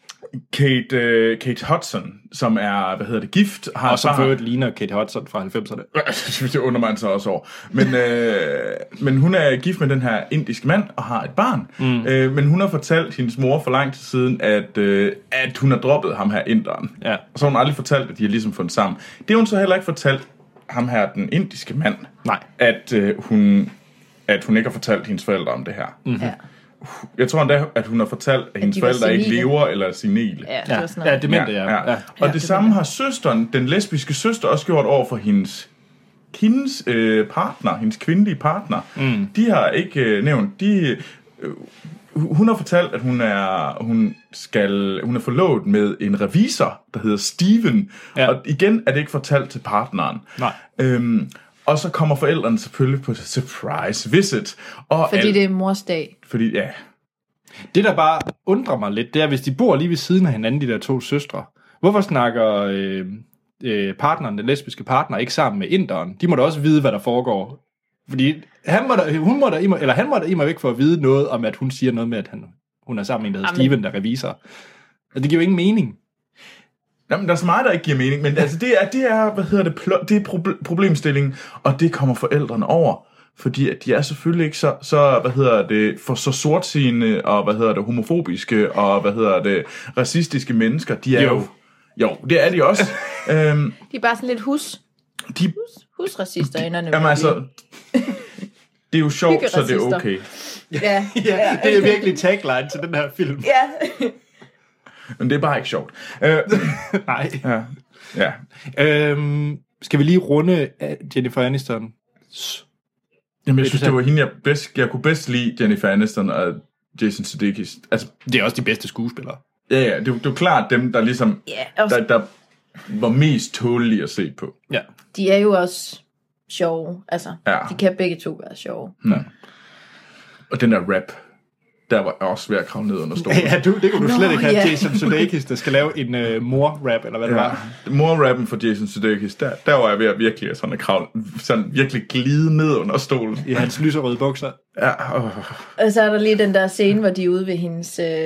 Kate, øh, Kate Hudson, som er, hvad hedder det, gift, har Og som et for barn. øvrigt ligner Kate Hudson fra halvfemserne. Det undrer man sig også over. Men, øh, men hun er gift med den her indiske mand og har et barn. Mm. Øh, men hun har fortalt hendes mor for lang tid siden, at, øh, at hun har droppet ham her inderen. Ja. Og så har hun aldrig fortalt, at de har ligesom fundet sammen. Det har hun så heller ikke fortalt ham her, den indiske mand, Nej. at, øh, hun, at hun ikke har fortalt hendes forældre om det her. Mm. Ja. Jeg tror endda, at hun har fortalt, at hendes de var forældre ikke senile. lever eller er senile. Ja, det Ja, var sådan noget. ja, det mente jeg. Ja. Ja. Og det samme har søsteren, den lesbiske søster, også gjort over for hendes, hendes øh, partner, hendes kvindelige partner. Mm. De har ikke øh, nævnt, de, øh, hun har fortalt, at hun er, hun skal, hun er forlovet med en revisor, der hedder Steven. Ja. Og igen er det ikke fortalt til partneren. Nej. Øhm, og så kommer forældrene selvfølgelig på surprise visit. Og Fordi al- det er mors dag. Fordi, ja, Det, der bare undrer mig lidt, det er, hvis de bor lige ved siden af hinanden, de der to søstre. Hvorfor snakker øh, øh, partneren, den lesbiske partner, ikke sammen med inderen? De må da også vide, hvad der foregår. Fordi han må da, hun må da, eller han må da immer væk for at vide noget om, at hun siger noget med, at han, hun er sammen med en, der hedder Amen. Steven, der er revisor. Altså, det giver jo ingen mening. Jamen, der er så meget, der ikke giver mening, men altså, det er, det er hvad hedder det, pl- det er proble- problemstillingen, og det kommer forældrene over, fordi at de er selvfølgelig ikke så, så hvad hedder det, for så sortseende, og hvad hedder det, homofobiske, og hvad hedder det, racistiske mennesker, de er jo, Jo. jo, jo det er de også. øhm, De er bare sådan lidt hus, de, husracister inderne. jamen altså, det er jo sjovt, så det er Hyggeracister. okay. Ja, Ja, det er virkelig tagline til den her film. ja. Men det er bare ikke sjovt. Øh, Nej. ja, ja. Øhm, skal vi lige runde af Jennifer Aniston? Jamen, jeg synes, det var hende, jeg, bedst, jeg kunne bedst lide Jennifer Aniston og Jason Sudeikis. Altså, Det er også de bedste skuespillere. ja, ja, det, det var klart dem, der ligesom, Ja, også, der, der var mest tålige at se på. Ja. de er jo også sjove. Altså, Ja. de kan begge to være sjove. Og den der rap, der var jeg også ved at kravle ned under stolen. Ja, du, det kunne du Nå, slet ikke have. ja. Jason Sudeikis, der skal lave en uh, mor-rap, eller hvad det Ja. var. Mor-rappen for Jason Sudeikis, der, der var jeg ved at virkelig at sådan at kravle, sådan virkelig glide ned under stolen. I hans lyserøde bukser. Ja, åh. Og så er der lige den der scene, hvor de er ude ved hendes... Øh,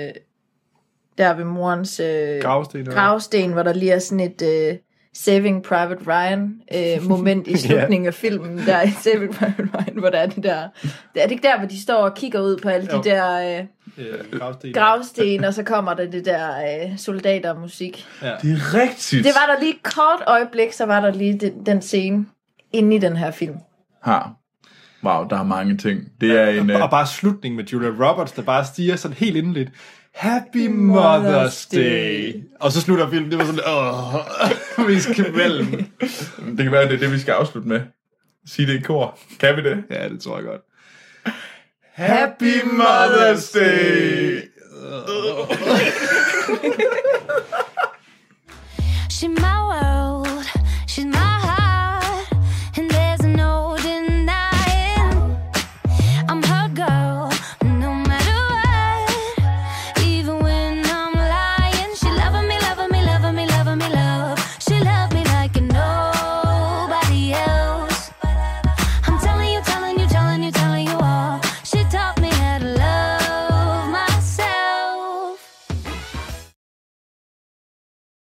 der ved morens øh, Gravsten, eller? gravsten, hvor der lige er sådan et øh, Saving Private Ryan øh, moment i slutningen af filmen. Der er Saving Private Ryan, hvor der er det der... Det er det ikke der, hvor de står og kigger ud på alle Jo. de der øh, Øh, gravsten. gravsten, og så kommer der det der øh, soldatermusik. Ja. Det er rigtigt. Det var der lige et kort øjeblik, så var der lige den, den scene inde i den her film. Har. Wow, der er mange ting. Det er en... Og Uh, bare slutningen med Julia Roberts, der bare stiger sådan helt inderligt. Happy Mother's Day. Og så slutter filmen, det var sådan, åh, vi skal vælge. det kan være, det er det, vi skal afslutte med. Sig det i kor. Kan vi det? Ja, det tror jeg godt. Happy Mother's Day! She my world.